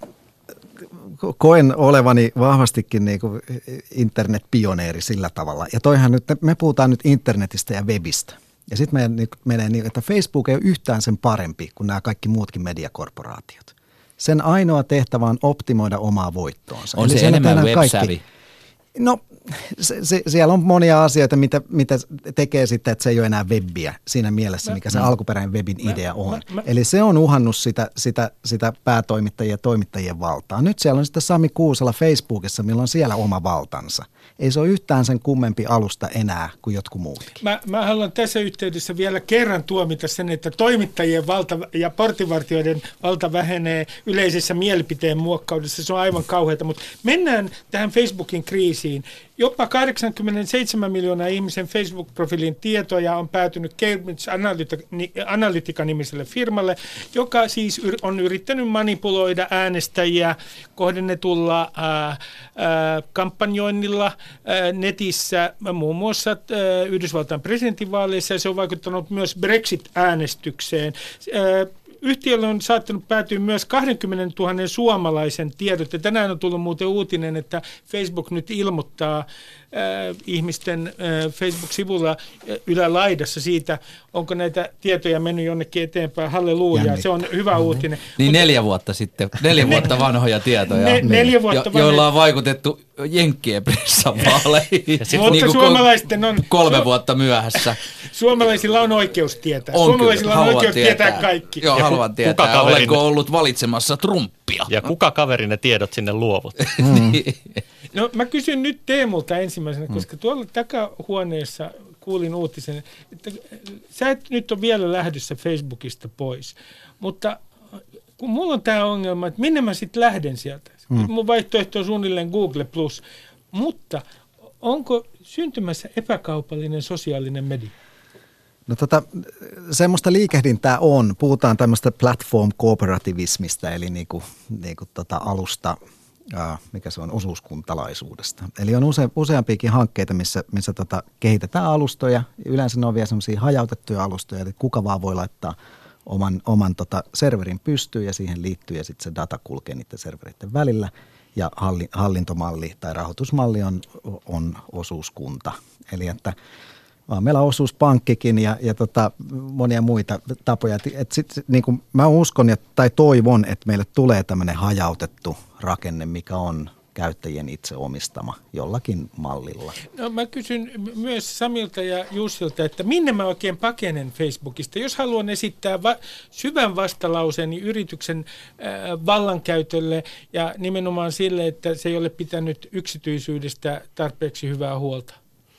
S5: koen olevani vahvastikin niinku internetpioneeri sillä tavalla. Ja toihan nyt, me puhutaan nyt internetistä ja webistä. Ja sitten me menee niin, että Facebook ei ole yhtään sen parempi kuin nämä kaikki muutkin mediakorporaatiot. Sen ainoa tehtävä on optimoida omaa voittoonsa.
S6: On Eli se enemmän web-sävi?
S5: No se, se, siellä on monia asioita, mitä, mitä tekee sitten, että se ei ole enää webbiä siinä mielessä, mikä se mä, alkuperäinen webin mä, idea on. Mä, mä, Eli se on uhannut sitä, sitä, sitä päätoimittajien ja toimittajien valtaa. Nyt siellä on sitten Sami Kuusela Facebookissa, millä on siellä oma valtansa. Ei se ole yhtään sen kummempi alusta enää kuin jotkut muutkin.
S3: Mä, mä haluan tässä yhteydessä vielä kerran tuomita sen, että toimittajien valta ja portinvartijoiden valta vähenee yleisessä mielipiteen muokkaudessa. Se on aivan kauheata, mutta mennään tähän Facebookin kriisiin. Jopa kahdeksankymmentäseitsemän miljoonaa ihmisen Facebook-profiilin tietoja on päätynyt Cambridge Analytica-nimiselle firmalle, joka siis on yrittänyt manipuloida äänestäjiä kohdennetulla ää, ää, kampanjoinnilla ää, netissä, muun muassa ää, Yhdysvaltain presidentinvaaleissa, ja se on vaikuttanut myös Brexit-äänestykseen. Ää, Yhtiölle on saattanut päätyä myös kaksikymmentätuhatta suomalaisen tiedot. Ja tänään on tullut muuten uutinen, että Facebook nyt ilmoittaa äh, ihmisten äh, Facebook-sivulla äh, ylälaidassa siitä, onko näitä tietoja mennyt jonnekin eteenpäin. Halleluja, se on hyvä mm-hmm. uutinen.
S6: Niin Mutta, neljä vuotta sitten, neljä vuotta vanhoja tietoja,
S3: ne, neljä vuotta
S6: jo, joilla on vaikutettu Jenkkien pressavaaleihin.
S3: Mutta niin suomalaisten on...
S6: Kolme su- vuotta myöhässä.
S3: Suomalaisilla on oikeus tietää.
S6: On
S3: Suomalaisilla
S6: kyllä,
S3: on oikeus tietää,
S6: tietää
S3: kaikki.
S6: Joo, haluan tietää. Kuka olenko ollut valitsemassa Trumpia?
S4: Ja kuka kaveri ne tiedot sinne luovutti?
S6: Mm.
S3: No mä kysyn nyt Teemulta ensimmäisenä, koska tuolla takahuoneessa kuulin uutisen, että sä et nyt ole vielä lähdössä Facebookista pois, mutta kun mulla on tämä ongelma, että minne mä sitten lähden sieltä? Mm. Mun vaihtoehto on suunnilleen Google Plus, mutta onko syntymässä epäkaupallinen sosiaalinen media?
S5: No tota, semmoista liikehdintää on. Puhutaan tämmöistä platform cooperativismista, eli niinku, niinku tota alusta, ää, mikä se on, osuuskuntalaisuudesta. Eli on use, useampiakin hankkeita, missä, missä tota kehitetään alustoja. Yleensä ne on vielä semmoisia hajautettuja alustoja, eli kuka vaan voi laittaa oman, oman tota serverin pystyyn ja siihen liittyy ja sitten se data kulkee niiden servereiden välillä. Ja hallintomalli tai rahoitusmalli on, on osuuskunta. Eli että vaan meillä on osuuspankkikin ja, ja tota, monia muita tapoja. Et sit, niin kuin mä uskon ja, tai toivon, että meille tulee tämmöinen hajautettu rakenne, mikä on käyttäjien itse omistama jollakin mallilla.
S3: No, mä kysyn myös Samilta ja Jussilta, että minne mä oikein pakenen Facebookista? Jos haluan esittää va- syvän vastalauseeni yrityksen äh, vallankäytölle ja nimenomaan sille, että se ei ole pitänyt yksityisyydestä tarpeeksi hyvää huolta.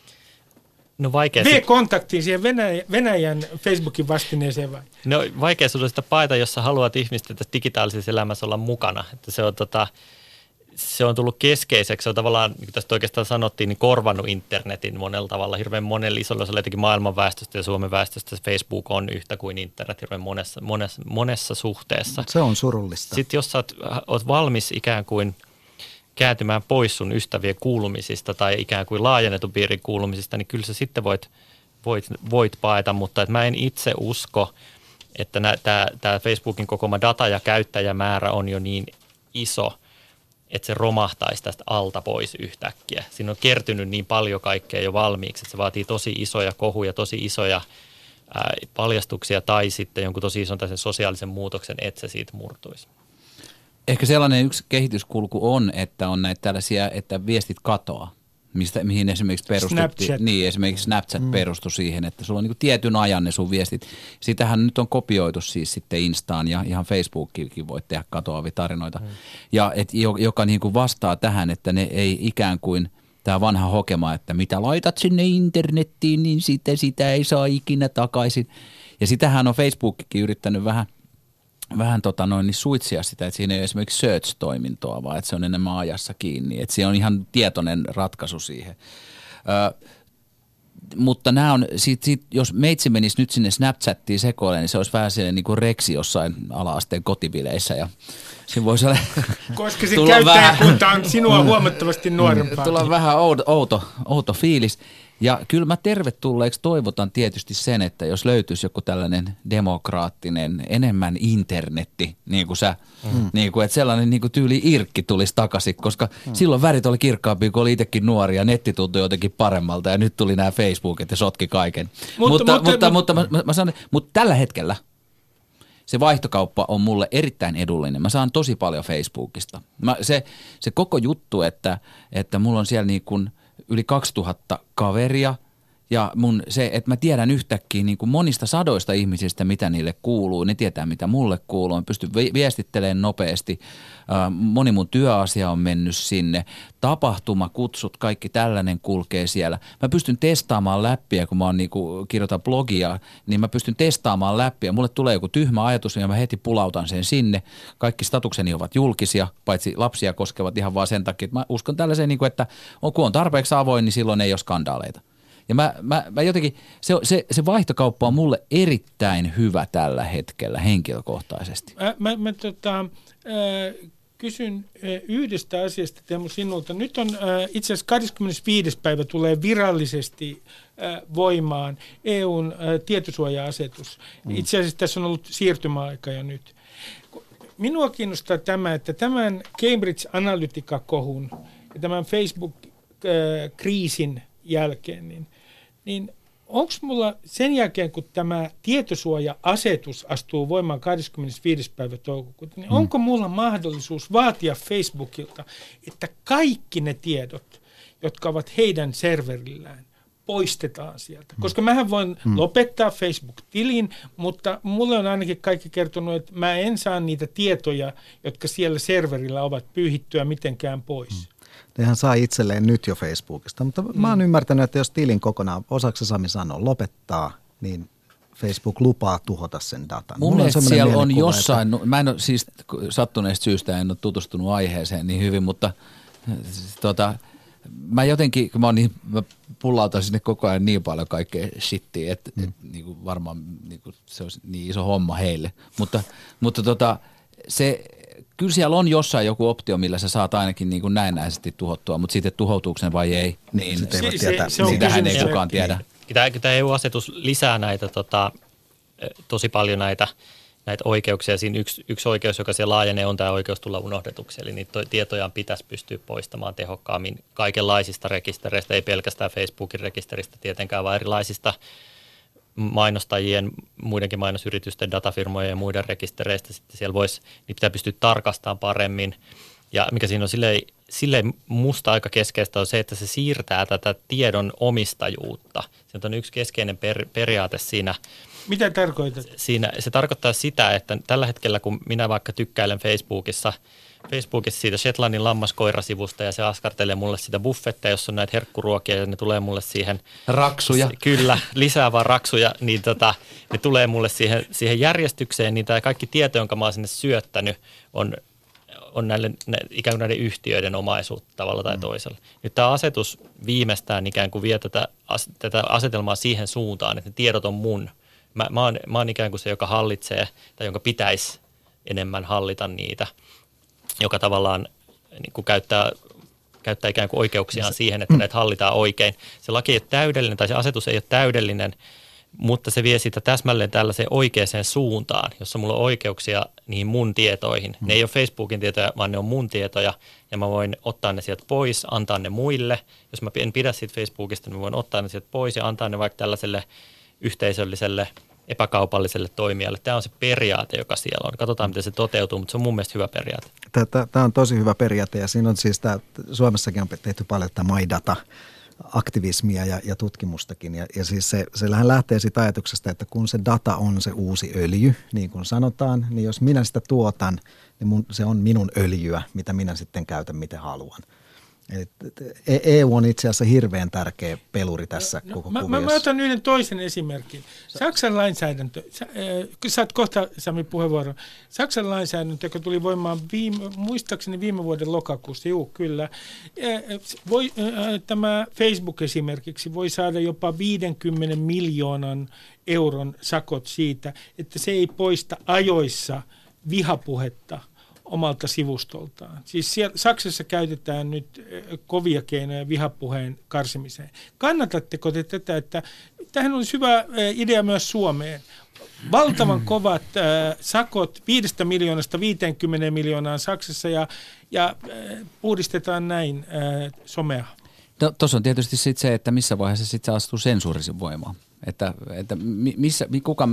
S4: No vaikea.
S3: V-kontaktiin siihen Venäjän, Venäjän Facebookin vastineeseen vai?
S4: No vaikea sulla sitä paita, jos sä haluat ihmisten tässä digitaalisessa elämässä olla mukana. Että se on tota... Se on tullut keskeiseksi, se on tavallaan, niin kuin tästä oikeastaan sanottiin, niin korvannut internetin monella tavalla. Hirveän monella isolla osalla jotenkin maailman väestöstä ja Suomen väestöstä Facebook on yhtä kuin internet hirveän monessa, monessa, monessa suhteessa.
S5: Se on surullista.
S4: Sitten jos sä oot, oot valmis ikään kuin kääntymään pois sun ystävien kuulumisista tai ikään kuin laajennetun piirin kuulumisista, niin kyllä sä sitten voit, voit, voit paeta, mutta et mä en itse usko, että tämä Facebookin kokoama data ja käyttäjämäärä on jo niin iso, että se romahtaisi tästä alta pois yhtäkkiä. Siinä on kertynyt niin paljon kaikkea jo valmiiksi, että se vaatii tosi isoja kohuja, tosi isoja ää, paljastuksia tai sitten jonkun tosi ison tällaisen sosiaalisen muutoksen, että se siitä murtuisi.
S6: Ehkä sellainen yksi kehityskulku on, että on näitä tällaisia, että viestit katoaa. Mistä, mihin esimerkiksi perustuttiin, niin esimerkiksi Snapchat mm. perustui siihen, että sulla on niin kuin tietyn ajan ne sun viestit. Sitähän nyt on kopioitu siis sitten Instaan ja ihan Facebookiinkin voit tehdä katoavia tarinoita. Mm. Ja et, joka niin kuin vastaa tähän, että ne ei ikään kuin tämä vanha hokema, että mitä laitat sinne internettiin, niin sitä, sitä ei saa ikinä takaisin. Ja sitähän on Facebookikin yrittänyt vähän vähän tota noin, niin suitsia sitä, että siinä ei ole esimerkiksi search-toimintoa, vaan että se on enemmän ajassa kiinni. Että siinä on ihan tietoinen ratkaisu siihen. Ö, mutta nämä on, sit, sit, jos meitsi menisi nyt sinne Snapchattiin sekoilemaan, niin se olisi vähän sellainen niin kuin reksi jossain ala-asteen kotibileissä. Ja siinä voisi olla
S3: koska se käyttäjäkunta on sinua huomattavasti nuorempaa.
S6: Tulla vähän outo, outo, outo fiilis. Ja kyllä mä tervetulleeksi toivotan tietysti sen, että jos löytyisi joku tällainen demokraattinen, enemmän internetti, niin kuin sä, mm. niin kuin, että sellainen niin kuin tyyli irkki tulisi takaisin, koska mm. silloin värit oli kirkkaampia, kun oli itsekin nuori ja netti tuntui jotenkin paremmalta ja nyt tuli nämä Facebookit ja sotki kaiken. Mutta, mutta, mutta, mutta, mutta, mutta mä, mä sanon, mutta tällä hetkellä se vaihtokauppa on mulle erittäin edullinen. Mä saan tosi paljon Facebookista. Mä, se, se koko juttu, että, että mulla on siellä niin kuin yli kaksituhatta kaveria ja mun se, että mä tiedän yhtäkkiä niin kuin monista sadoista ihmisistä, mitä niille kuuluu. Ne tietää, mitä mulle kuuluu. Mä pystyn viestittelemään nopeasti. Moni mun työasia on mennyt sinne. Tapahtumakutsut, kaikki tällainen kulkee siellä. Mä pystyn testaamaan läppiä, kun mä oon niin kuin kirjoitan blogia, niin mä pystyn testaamaan läppiä. Mulle tulee joku tyhmä ajatus, ja mä heti pulautan sen sinne. Kaikki statukseni ovat julkisia, paitsi lapsia koskevat ihan vaan sen takia, että mä uskon tällaiseen, niin kuin, että on, kun on tarpeeksi avoin, niin silloin ei ole skandaaleita. Ja mä, mä, mä jotenkin, se, se, se vaihtokauppa on mulle erittäin hyvä tällä hetkellä henkilökohtaisesti.
S3: Mä, mä, mä tota, äh, kysyn äh, yhdestä asiasta, Teemu, sinulta. Nyt on äh, itse asiassa kahdeskymmenesviides päivä tulee virallisesti äh, voimaan E U:n äh, tietosuoja-asetus. Mm. Itse asiassa tässä on ollut siirtymäaika jo nyt. Minua kiinnostaa tämä, että tämän Cambridge Analytica-kohun ja tämän Facebook-kriisin jälkeen, niin, niin onko mulla sen jälkeen, kun tämä tietosuoja-asetus astuu voimaan kahdeskymmenesviides päivä toukokuuta, niin onko mulla mahdollisuus vaatia Facebookilta, että kaikki ne tiedot, jotka ovat heidän serverillään, poistetaan sieltä? Koska mähän voin hmm. lopettaa Facebook-tilin, mutta mulle on ainakin kaikki kertonut, että mä en saa niitä tietoja, jotka siellä serverillä ovat, pyyhittyä mitenkään pois. Hmm.
S5: Nehän saa itselleen nyt jo Facebookista, mutta mm. mä oon ymmärtänyt, että jos tilin kokonaan osaksi Sami sanoo lopettaa, niin Facebook lupaa tuhota sen datan.
S6: Mun mielestä siellä on jossain, että... mä en ole siis sattuneesta syystä en ole tutustunut aiheeseen niin hyvin, mutta tota, mä jotenkin, kun mä, oon niin, mä pullautan sinne koko ajan niin paljon kaikkea shittiä, että mm. et, niin kuin varmaan niin kuin se olisi niin iso homma heille, mutta, mutta tota, se... Kyllä siellä on jossain joku optio, millä sä saat ainakin niin kuin näennäisesti tuhottua, mutta sitten tuhoutuuko sen vai ei, niin
S5: se, se, se,
S6: se sitähän ei kukaan tiedä.
S4: Tämä E U-asetus lisää näitä, tota, tosi paljon näitä, näitä oikeuksia. Siinä yksi, yksi oikeus, joka siellä laajenee, on tämä oikeus tulla unohdetuksi. Eli niitä tietojaan pitäisi pystyä poistamaan tehokkaammin kaikenlaisista rekistereistä, ei pelkästään Facebookin rekisteristä tietenkään, vaan erilaisista mainostajien, muidenkin mainosyritysten, datafirmojen ja muiden rekistereistä. Sitten siellä voisi, niin pitää pystyä tarkastamaan paremmin. Ja mikä siinä on silleen, silleen musta aika keskeistä on se, että se siirtää tätä tiedon omistajuutta. Se on yksi keskeinen per, periaate siinä.
S3: Mitä tarkoitat?
S4: Siinä, se tarkoittaa sitä, että tällä hetkellä kun minä vaikka tykkäilen Facebookissa, Facebookissa siitä Shetlandin lammaskoirasivusta ja se askartelee mulle sitä buffettia, jossa on näitä herkkuruokia ja ne tulee mulle siihen.
S6: Raksuja.
S4: Se, kyllä, lisää vaan raksuja, niin tota, ne tulee mulle siihen, siihen järjestykseen, niin tämä kaikki tieto, jonka mä oon sinne syöttänyt, on, on näille, ne, ikään kuin näiden yhtiöiden omaisuutta tavalla tai toisella. Nyt tämä asetus viimeistään ikään kuin vie tätä, tätä asetelmaa siihen suuntaan, että ne tiedot on mun. Mä, mä, oon, mä oon ikään kuin se, joka hallitsee tai jonka pitäisi enemmän hallita niitä, joka tavallaan niin kuin käyttää, käyttää ikään kuin oikeuksiaan siihen, että näitä hallitaan oikein. Se laki ei ole täydellinen tai se asetus ei ole täydellinen, mutta se vie sitä täsmälleen tällaiseen oikeaan suuntaan, jossa mulla on oikeuksia niihin mun tietoihin. Ne ei ole Facebookin tietoja, vaan ne on mun tietoja ja mä voin ottaa ne sieltä pois, antaa ne muille. Jos mä en pidä siitä Facebookista, niin mä voin ottaa ne sieltä pois ja antaa ne vaikka tällaiselle yhteisölliselle, epäkaupalliselle toimijalle. Tämä on se periaate, joka siellä on. Katsotaan, miten se toteutuu, mutta se on mun mielestä hyvä periaate.
S5: Tämä on tosi hyvä periaate ja siinä on siis tämä, Suomessakin on tehty paljon tämä My Data aktivismia ja, ja tutkimustakin. Ja, ja siis se, se lähtee siitä ajatuksesta, että kun se data on se uusi öljy, niin kuin sanotaan, niin jos minä sitä tuotan, niin mun, se on minun öljyä, mitä minä sitten käytän, miten haluan. E U on itse asiassa hirveän tärkeä peluri tässä no, koko
S3: mä,
S5: kuviossa.
S3: Mä, mä otan yhden toisen esimerkin. Saksan lainsäädäntö, sä, äh, saat kohta Sami puheenvuoron. Saksan lainsäädäntö, joka tuli voimaan viime, muistaakseni viime vuoden lokakuussa, juu kyllä. Äh, voi, äh, tämä Facebook esimerkiksi voi saada jopa viidenkymmenen miljoonan euron sakot siitä, että se ei poista ajoissa vihapuhetta omalta sivustoltaan. Siis siellä, Saksassa käytetään nyt kovia keinoja vihapuheen karsimiseen. Kannatatteko te tätä, että tähän olisi hyvä idea myös Suomeen? Valtavan kovat äh, sakot viidestä miljoonasta viiteenkymmeneen miljoonaan Saksassa ja, ja äh, puhdistetaan näin äh, somea.
S6: Tuossa on tietysti sit se, että missä vaiheessa sitten astuu sensuurisin voimaan. Että, että missä, kuka,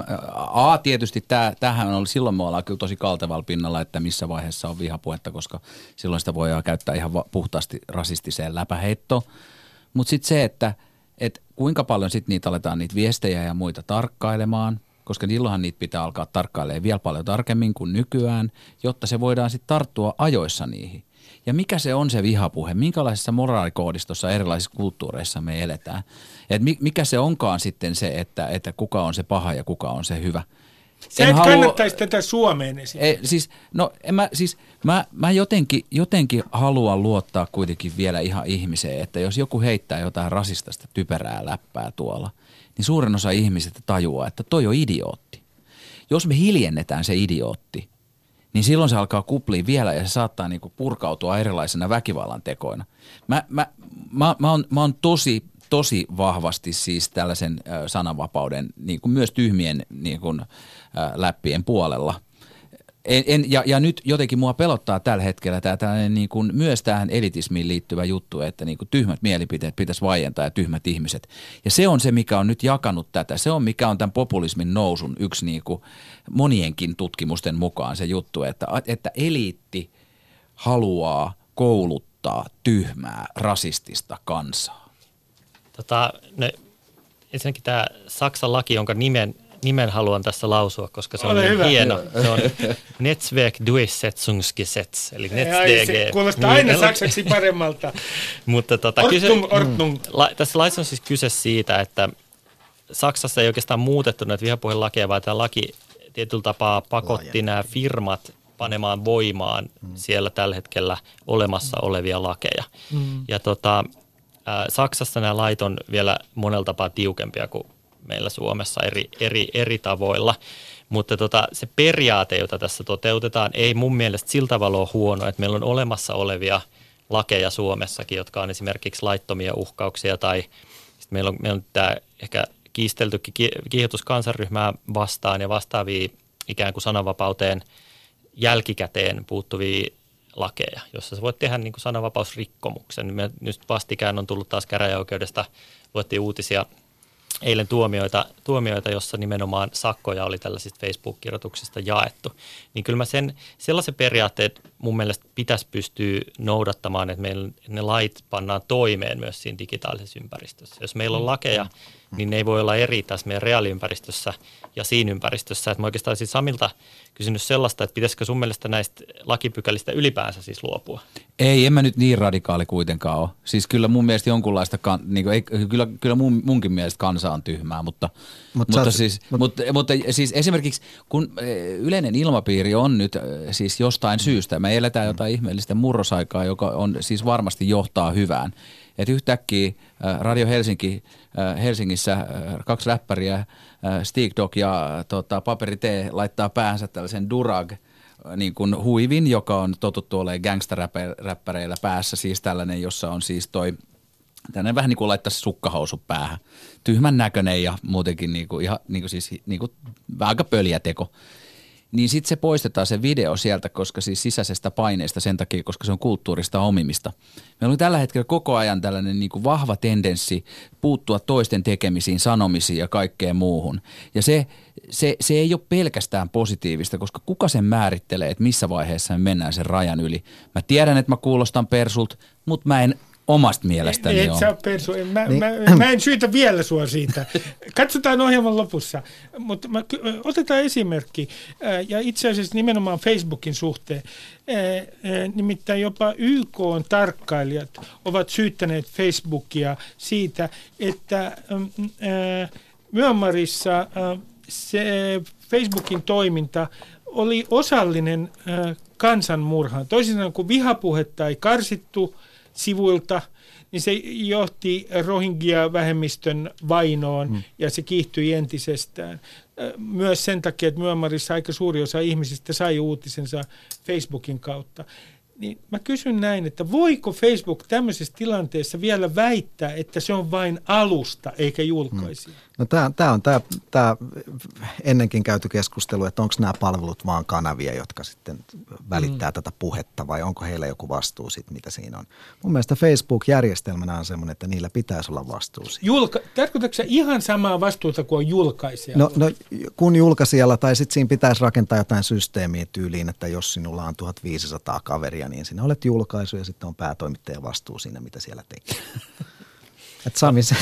S6: a tietysti tämä, tämähän on, silloin me ollaan kyllä tosi kaltevalla pinnalla, että missä vaiheessa on vihapuhetta, koska silloin sitä voidaan käyttää ihan puhtaasti rasistiseen läpäheittoon. Mutta sitten se, että et kuinka paljon sitten niitä aletaan niitä viestejä ja muita tarkkailemaan, koska silloinhan niitä pitää alkaa tarkkailemaan vielä paljon tarkemmin kuin nykyään, jotta se voidaan sitten tarttua ajoissa niihin. Ja mikä se on se vihapuhe? Minkälaisessa moraalikoodistossa erilaisissa kulttuureissa me eletään? Et mikä se onkaan sitten se, että, että kuka on se paha ja kuka on se hyvä?
S3: Sä en et halua... kannattaisi tätä Suomeen esimerkiksi.
S6: Siis, no, en mä, siis, mä, mä jotenkin, jotenkin haluan luottaa kuitenkin vielä ihan ihmiseen, että jos joku heittää jotain rasistista typerää läppää tuolla, niin suurin osa ihmisistä tajuaa, että toi on idiootti. Jos me hiljennetään se idiootti, niin silloin se alkaa kupliin vielä ja se saattaa niinku purkautua erilaisena väkivallan tekoina. Mä, mä, mä, mä, oon, mä oon tosi, tosi vahvasti siis tällaisen äh, sananvapauden, niinku myös tyhmien niinku, äh, läppien puolella. En, en, ja, ja nyt jotenkin mua pelottaa tällä hetkellä tää, tällainen niinku, myös tähän elitismiin liittyvä juttu, että niinku, tyhmät mielipiteet pitäisi vaientaa ja tyhmät ihmiset. Ja se on se, mikä on nyt jakanut tätä. Se on, mikä on tämän populismin nousun yksi niinku, monienkin tutkimusten mukaan se juttu, että, että eliitti haluaa kouluttaa tyhmää, rasistista kansaa.
S4: Tota, ne, ensinnäkin tämä Saksan laki, jonka nimen Nimen haluan tässä lausua, koska se on niin hieno. Se on Netzwerkdurchsetzungsgesetz, eli NetzDG.
S3: Se kuulostaa aina niin, saksaksi paremmalta.
S4: Mutta tota,
S3: Ortung, kyse, ortung.
S4: La, tässä laissa on siis kyse siitä, että Saksassa ei oikeastaan muutettu näitä vihapuhelakeja, vaan tämä laki tietyllä tapaa pakotti nämä firmat panemaan voimaan mm. siellä tällä hetkellä olemassa olevia lakeja. Mm. Ja tota, ä, Saksassa nämä lait on vielä monella tapaa tiukempia kuin meillä Suomessa eri, eri, eri tavoilla, mutta tota, se periaate, jota tässä toteutetaan, ei mun mielestä sillä tavalla ole huono, että meillä on olemassa olevia lakeja Suomessakin, jotka on esimerkiksi laittomia uhkauksia tai meillä on, meillä on tämä ehkä kiisteltykin kiihotus kansanryhmää vastaan ja vastaavia ikään kuin sananvapauteen jälkikäteen puuttuvia lakeja, jossa sä voit tehdä niin kuin sananvapausrikkomuksen. Me nyt vastikään on tullut taas käräjäoikeudesta, luettiin uutisia eilen tuomioita, tuomioita, jossa nimenomaan sakkoja oli tällaisista Facebook-kirjoituksista jaettu. Niin kyllä mä sen, sellaisen periaatteet mun mielestä pitäisi pystyä noudattamaan, että meillä ne lait pannaan toimeen myös siinä digitaalisessa ympäristössä. Jos meillä on lakeja, niin ne ei voi olla eri tässä meidän reaaliympäristössä ja siinä ympäristössä. Että mä oikeastaan siis Samilta kysynyt sellaista, että pitäisikö sun mielestä näistä lakipykälistä ylipäänsä siis luopua?
S6: Ei, en mä nyt niin radikaali kuitenkaan ole. Siis kyllä mun mielestä jonkunlaista, kan, niin kuin, ei, kyllä, kyllä mun, munkin mielestä kansa on tyhmää, mutta, mut mutta, siis, mut, mutta, mutta siis esimerkiksi kun yleinen ilmapiiri on nyt siis jostain syystä, me eletään jotain ihmeellistä murrosaikaa, joka on siis varmasti johtaa hyvään. Että yhtäkkiä Radio Helsinki, Helsingissä kaksi räppäriä, Stig Dog ja tota, Paperi T laittaa päänsä tällaisen Durag niin kuin huivin, joka on totuttu olemaan gangsta-räppäreillä päässä, siis tällainen, jossa on siis toi Tällainen vähän niin kuin laittaisi sukkahousu päähän. Tyhmän näköinen ja muutenkin niin kuin, ihan niin kuin siis, niin kuin, aika pöliä teko. Niin sitten se poistetaan se video sieltä, koska siis sisäisestä paineesta sen takia, koska se on kulttuurista omimista. Meillä on tällä hetkellä koko ajan tällainen niin kuin vahva tendenssi puuttua toisten tekemisiin, sanomisiin ja kaikkeen muuhun. Ja se, se, se ei ole pelkästään positiivista, koska kuka sen määrittelee, että missä vaiheessa me mennään sen rajan yli. Mä tiedän, että mä kuulostan persult, mutta mä en omasta mielestäni
S3: et
S6: on.
S3: sä ole persu. Mä,
S5: niin.
S3: mä, mä en syytä vielä sua siitä. Katsotaan ohjelman lopussa. Mutta otetaan esimerkki. Ja itse asiassa nimenomaan Facebookin suhteen. Nimittäin jopa Y K:n tarkkailijat ovat syyttäneet Facebookia siitä, että Myanmarissa se Facebookin toiminta oli osallinen kansanmurhaan. Toisin sanoen, kun vihapuhetta ei karsittu sivuilta, niin se johti Rohingya-vähemmistön vainoon hmm. ja se kiihtyi entisestään. Myös sen takia, että Myanmarissa aika suuri osa ihmisistä sai uutisensa Facebookin kautta. Niin mä kysyn näin, että voiko Facebook tämmöisessä tilanteessa vielä väittää, että se on vain alusta eikä julkaisija? Hmm.
S5: No tämä on tämä ennenkin käyty keskustelu, että onko nämä palvelut vaan kanavia, jotka sitten välittää mm. tätä puhetta vai onko heillä joku vastuu siitä, mitä siinä on. Mun mielestä Facebook-järjestelmänä on semmoinen, että niillä pitäisi olla vastuu siitä.
S3: Julka- Tarkoitatko sä ihan samaa vastuuta kuin on julkaisijalla?
S5: No, no kun julkaisijalla tai sitten siinä pitäisi rakentaa jotain systeemiä tyyliin, että jos sinulla on tuhatviisisataa kaveria, niin sinä olet julkaisu ja sitten on päätoimittajan vastuu siinä, mitä siellä tekee. Että Sami se...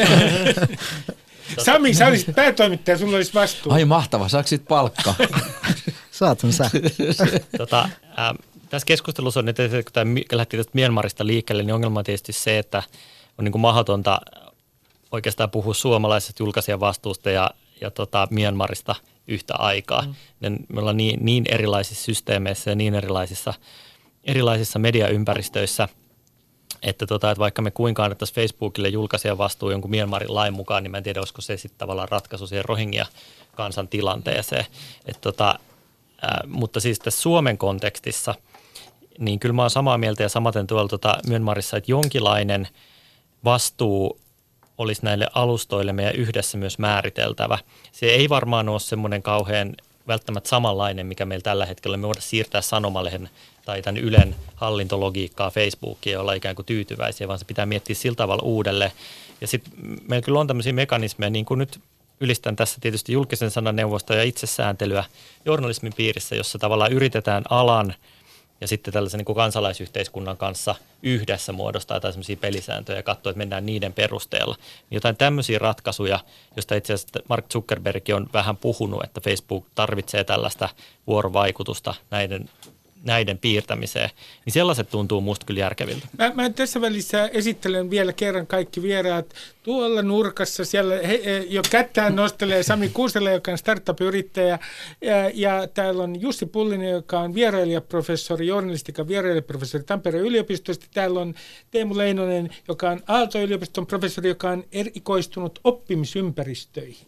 S3: Sami, sä olisit päätoimittaja, sulla olisi vastuu.
S6: Ai mahtava, saako sit palkkaa?
S5: Saat sen sä.
S4: tota, äh, tässä keskustelussa on nyt, kun tämä lähti tästä Myanmarista liikkeelle, niin ongelma on tietysti se, että on niin kuin mahdotonta oikeastaan puhua suomalaisesta julkaisijan vastuusta ja, ja tota Myanmarista yhtä aikaa. Mm. Me ollaan niin, niin erilaisissa systeemeissä ja niin erilaisissa, erilaisissa mediaympäristöissä, Että, tota, että vaikka me kuinka annettaisiin Facebookille julkaisijan vastuu jonkun Myanmarin lain mukaan, niin mä en tiedä, olisiko se sitten tavallaan ratkaisu siihen Rohingya-kansan tilanteeseen. Et, tota, ää, mutta siis tässä Suomen kontekstissa, niin kyllä mä oon samaa mieltä ja samaten tuolla tota, Myanmarissa, että jonkinlainen vastuu olisi näille alustoille meidän yhdessä myös määriteltävä. Se ei varmaan ole semmoinen kauhean välttämättä samanlainen, mikä meillä tällä hetkellä. Me voidaan siirtää sanomalehen tai tämän Ylen hallintologiikkaa Facebookiin ja olla ikään kuin tyytyväisiä, vaan se pitää miettiä sillä tavalla uudelleen. Ja sitten meillä kyllä on tämmöisiä mekanismeja, niin kuin nyt ylistän tässä tietysti julkisen sanan neuvostoa ja itsesääntelyä journalismin piirissä, jossa tavallaan yritetään alan ja sitten tällaisen niin kuin kansalaisyhteiskunnan kanssa yhdessä muodostaa jotain sellaisia pelisääntöjä ja katsoa, että mennään niiden perusteella. Niin jotain tämmöisiä ratkaisuja, joista itse asiassa Mark Zuckerberg on vähän puhunut, että Facebook tarvitsee tällaista vuorovaikutusta näiden näiden piirtämiseen, niin sellaiset tuntuu musta kyllä järkeviltä.
S3: Mä, mä tässä välissä esittelen vielä kerran kaikki vieraat. Tuolla nurkassa siellä he, he, jo kättään nostelee Sami Kuusela, joka on startup-yrittäjä, ja, ja täällä on Jussi Pullinen, joka on vierailijaprofessori, journalistikan vierailijaprofessori Tampereen yliopistosta. Täällä on Teemu Leinonen, joka on Aalto-yliopiston professori, joka on erikoistunut oppimisympäristöihin.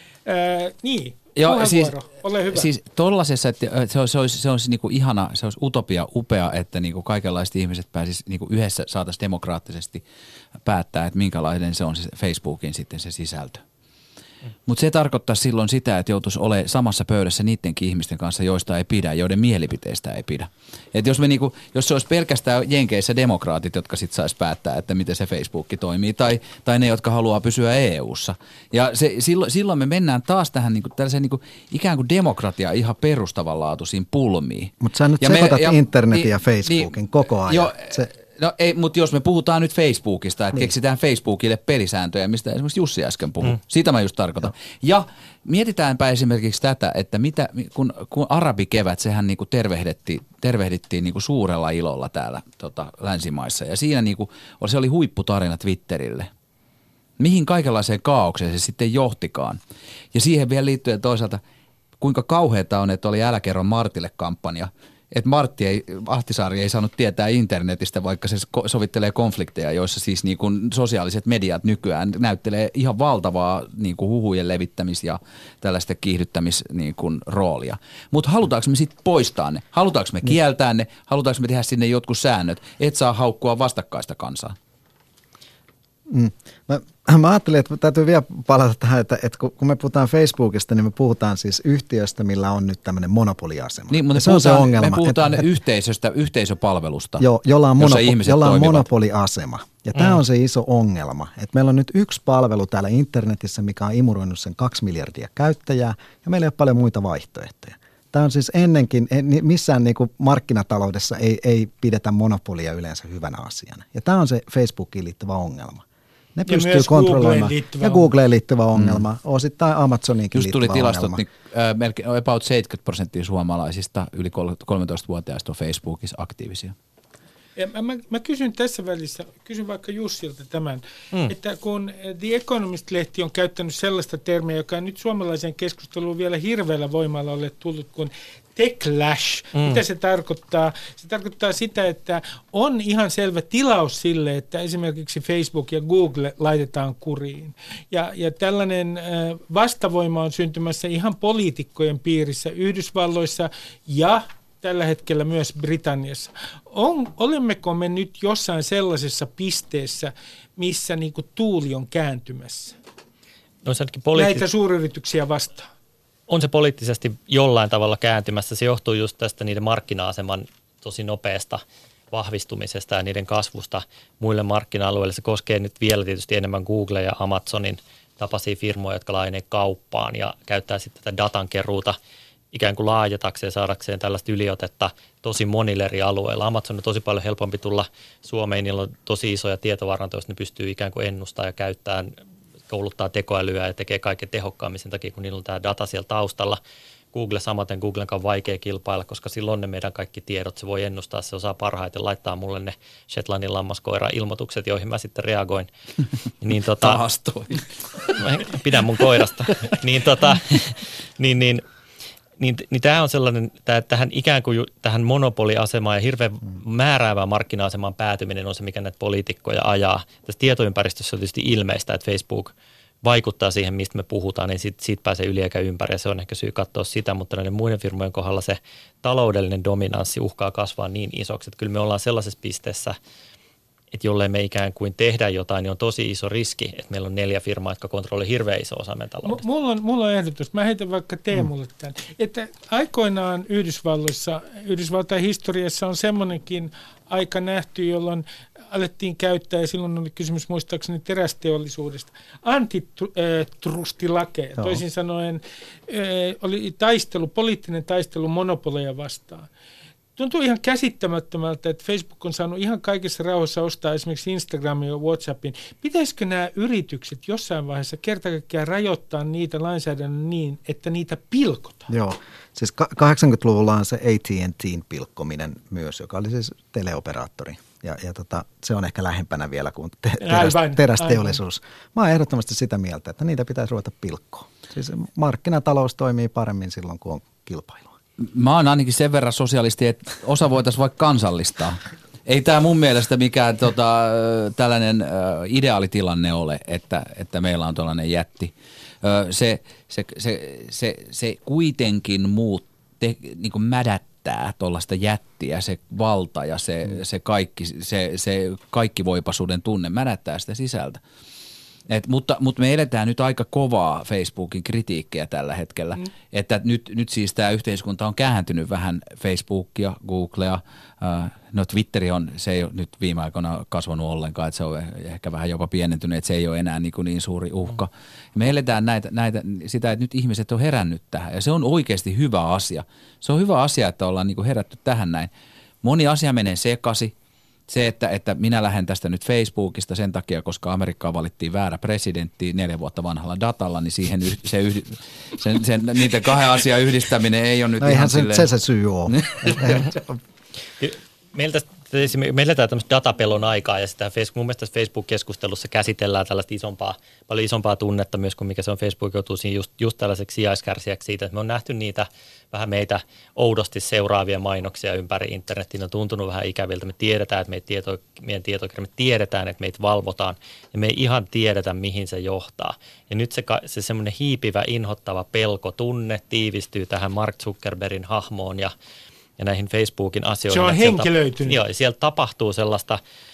S3: Ää, niin.
S6: Joo, siis,
S3: ole hyvä.
S6: Siis tollasessa, että se olisi, se olisi, se olisi niinku ihana, se olisi utopia, upea, että niinku kaikenlaiset ihmiset pääsisivät niinku yhdessä saataisiin demokraattisesti päättää, että minkälainen se on se Facebookin sitten se sisältö. Mm. Mutta se tarkoittaa silloin sitä, että joutuisi olemaan samassa pöydässä niidenkin ihmisten kanssa, joista ei pidä, joiden mielipiteistä ei pidä. Et jos, me niinku, jos se olisi pelkästään Jenkeissä demokraatit, jotka sitten saisi päättää, että miten se Facebook toimii, tai, tai ne, jotka haluaa pysyä E U:ssa. Ja se, silloin, silloin me mennään taas tähän niinku, tällaiseen niinku, ikään kuin demokratia ihan perustavanlaatuisiin pulmiin.
S5: Mutta sä nyt ja sekoitat me, ja, internetin niin, ja Facebookin niin, koko ajan. Jo, se,
S6: No ei, mutta jos me puhutaan nyt Facebookista, että niin. keksitään Facebookille pelisääntöjä, mistä esimerkiksi Jussi äsken puhui. Mm. Siitä mä just tarkoitan. No. Ja mietitäänpä esimerkiksi tätä, että mitä, kun, kun arabikevät, sehän niinku tervehdittiin, tervehdittiin niinku suurella ilolla täällä tota, länsimaissa. Ja siinä niinku, se oli huipputarina Twitterille. Mihin kaikenlaiseen kaaukseen se sitten johtikaan. Ja siihen vielä liittyen toisaalta, kuinka kauheata on, että oli Älä kerro Martille -kampanja. Että Martti ei, Ahtisaari ei saanut tietää internetistä, vaikka se sovittelee konflikteja, joissa siis niin kuin sosiaaliset mediat nykyään näyttelee ihan valtavaa niin kuin huhujen levittämis- ja tällaista kiihdyttämis- niin kuin roolia. Mutta halutaanko me sitten poistaa ne? Halutaanko me kieltää ne? Halutaanko me tehdä sinne jotkut säännöt? Et saa haukkua vastakkaista kansaa?
S5: Mm. Mä, mä ajattelin, että täytyy vielä palata tähän, että, että kun me puhutaan Facebookista, niin me puhutaan siis yhtiöstä, millä on nyt tämmöinen monopoliasema.
S6: Niin, mutta
S5: se on se ongelma.
S6: Me puhutaan
S5: että,
S6: yhteisöstä, yhteisöpalvelusta,
S5: jo, jolla on, monopo- jolla on
S6: toimivat.
S5: monopoliasema. Ja mm. tämä on se iso ongelma, että meillä on nyt yksi palvelu täällä internetissä, mikä on imuroinut sen kaksi miljardia käyttäjää, ja meillä ei ole paljon muita vaihtoehtoja. Tämä on siis ennenkin, missään niin kuin markkinataloudessa ei, ei pidetä monopolia yleensä hyvänä asiana. Ja tämä on se Facebookiin liittyvä ongelma. Ne
S3: ja
S5: pystyy kontrolloimaan. Ja Googleen liittyvä ongelma, mm. osittain Amazoniinkin
S6: Just
S5: liittyvä
S6: tuli tilastot,
S5: ongelma.
S6: niin äh, melkein about seitsemänkymmentä prosenttia suomalaisista yli kolmetoistavuotiaista on Facebookissa aktiivisia.
S3: Ja mä, mä, mä kysyn tässä välissä, kysyn vaikka Jussilta tämän, mm. että kun The Economist-lehti on käyttänyt sellaista termiä, joka on nyt suomalaiseen keskusteluun vielä hirveällä voimalla ole tullut kuin techlash. Mm. Mitä se tarkoittaa? Se tarkoittaa sitä, että on ihan selvä tilaus sille, että esimerkiksi Facebook ja Google laitetaan kuriin. Ja, ja tällainen äh, vastavoima on syntymässä ihan poliitikkojen piirissä Yhdysvalloissa ja tällä hetkellä myös Britanniassa. On, olemmeko me nyt jossain sellaisessa pisteessä, missä niin kuin tuuli on kääntymässä?
S4: No, se poliitti-
S3: näitä suuryrityksiä vastaan.
S4: On se poliittisesti jollain tavalla kääntymässä. Se johtuu just tästä niiden markkina-aseman tosi nopeasta vahvistumisesta ja niiden kasvusta muille markkina-alueille. Se koskee nyt vielä tietysti enemmän Google ja Amazonin tapaisia firmoja, jotka laajenee kauppaan ja käyttää sitten tätä datankeruuta ikään kuin laajatakseen saadakseen tällaista yliotetta tosi monille eri alueilla. Amazon on tosi paljon helpompi tulla Suomeen, niillä on tosi isoja tietovarantoja, jos ne pystyy ikään kuin ennustamaan ja käyttämään, kouluttaa tekoälyä ja tekee kaiken tehokkaammin sen takia, kun niillä on tämä data siellä taustalla. Google samaten, Googlen kanssa vaikea kilpailla, koska silloin ne meidän kaikki tiedot, se voi ennustaa, se osaa parhaiten laittaa mulle ne Shetlandin lammaskoira-ilmoitukset, joihin mä sitten reagoin. Niin, tota,
S6: Taas toi.
S4: Pidän mun koirasta. niin, tota, niin, niin, Niin, niin tämä on sellainen, että tähän ikään kuin tähän monopoliasemaan ja hirveän määräävään markkina-asemaan päätyminen on se, mikä näitä poliitikkoja ajaa. Tässä tietoympäristössä on tietysti ilmeistä, että Facebook vaikuttaa siihen, mistä me puhutaan, niin siitä, siitä pääsee yli eikä ympäri ja se on ehkä syy katsoa sitä, mutta näiden muiden firmojen kohdalla se taloudellinen dominanssi uhkaa kasvaa niin isoksi, että kyllä me ollaan sellaisessa pisteessä, että jollei me ikään kuin tehdä jotain, niin on tosi iso riski, että meillä on neljä firmaa, jotka kontrolloivat hirveän iso osa meidän taloudesta.
S3: Mulla on, mulla on ehdotus. Mä heitän vaikka Teemulle tämän. Että aikoinaan Yhdysvalloissa, Yhdysvaltain historiassa on semmoinenkin aika nähty, jolloin alettiin käyttää, ja silloin oli kysymys muistaakseni terästeollisuudesta, antitrustilakeja. Toisin sanoen oli taistelu, poliittinen taistelu monopoleja vastaan. Tuntuu ihan käsittämättömältä, että Facebook on saanut ihan kaikessa rauhassa ostaa esimerkiksi Instagramin ja WhatsAppin. Pitäisikö nämä yritykset jossain vaiheessa kerta kaikkiaan rajoittaa niitä lainsäädännön niin, että niitä pilkotaan?
S5: Joo, siis kahdeksankymmentäluvulla on se A T and T:n pilkkominen myös, joka oli siis teleoperaattori. Ja, ja tota, se on ehkä lähempänä vielä kuin te- teräs,
S3: aivan,
S5: terästeollisuus.
S3: Aivan.
S5: Mä oon ehdottomasti sitä mieltä, että niitä pitäisi ruveta pilkkoon. Siis markkinatalous toimii paremmin silloin, kun on kilpailu.
S6: Mä oon ainakin sen verran sosialisti, että osa voitaisiin vaikka kansallistaa. Ei tämä mun mielestä mikään tota, tällainen äh, ideaalitilanne ole, että, että meillä on tällainen jätti. Ö, se, se, se, se, se kuitenkin muut te, niin kuin mädättää tuollaista jättiä, se valta ja se, mm. se, kaikki, se, se kaikkivoipaisuuden tunne mädättää sitä sisältä. Et, mutta, mutta me eletään nyt aika kovaa Facebookin kritiikkiä tällä hetkellä, mm. että nyt, nyt siis tämä yhteiskunta on kääntynyt vähän Facebookia, Googlea, äh, no Twitteri on, se ei ole nyt viime aikoina kasvanut ollenkaan, että se on ehkä vähän jopa pienentynyt, että se ei ole enää niin, niin suuri uhka. Mm. Me eletään näitä, näitä, sitä, että nyt ihmiset on herännyt tähän ja se on oikeasti hyvä asia. Se on hyvä asia, että ollaan niin kuin herätty tähän näin. Moni asia menee sekaisin. Se, että, että minä lähden tästä nyt Facebookista sen takia, koska Amerikkaan valittiin väärä presidentti neljä vuotta vanhalla datalla, niin siihen yh, se yhdi, sen, sen, niiden kahden asian yhdistäminen ei ole nyt
S5: no
S6: ihan
S5: se,
S6: silleen.
S5: se se syy on.
S4: Meiltä me eletään tämmöistä datapelon aikaa ja sitä Facebook, mun mielestä Facebook-keskustelussa käsitellään tällaista isompaa, paljon isompaa tunnetta myös kuin mikä se on. Facebook joutuu siinä just, just tällaiseksi sijaiskärsiäksi siitä, että me on nähty niitä vähän meitä oudosti seuraavia mainoksia ympäri internetin, on tuntunut vähän ikäviltä. Me tiedetään, että meitä tieto, meidän tietokirja, me tiedetään, että meitä valvotaan ja me ei ihan tiedetä, mihin se johtaa. Ja nyt se, se semmoinen hiipivä, inhottava pelko tunne tiivistyy tähän Mark Zuckerbergin hahmoon ja ja näihin Facebookin asioihin.
S3: Se on henkilöitynyt.
S4: Joo, sieltä tapahtuu sellaista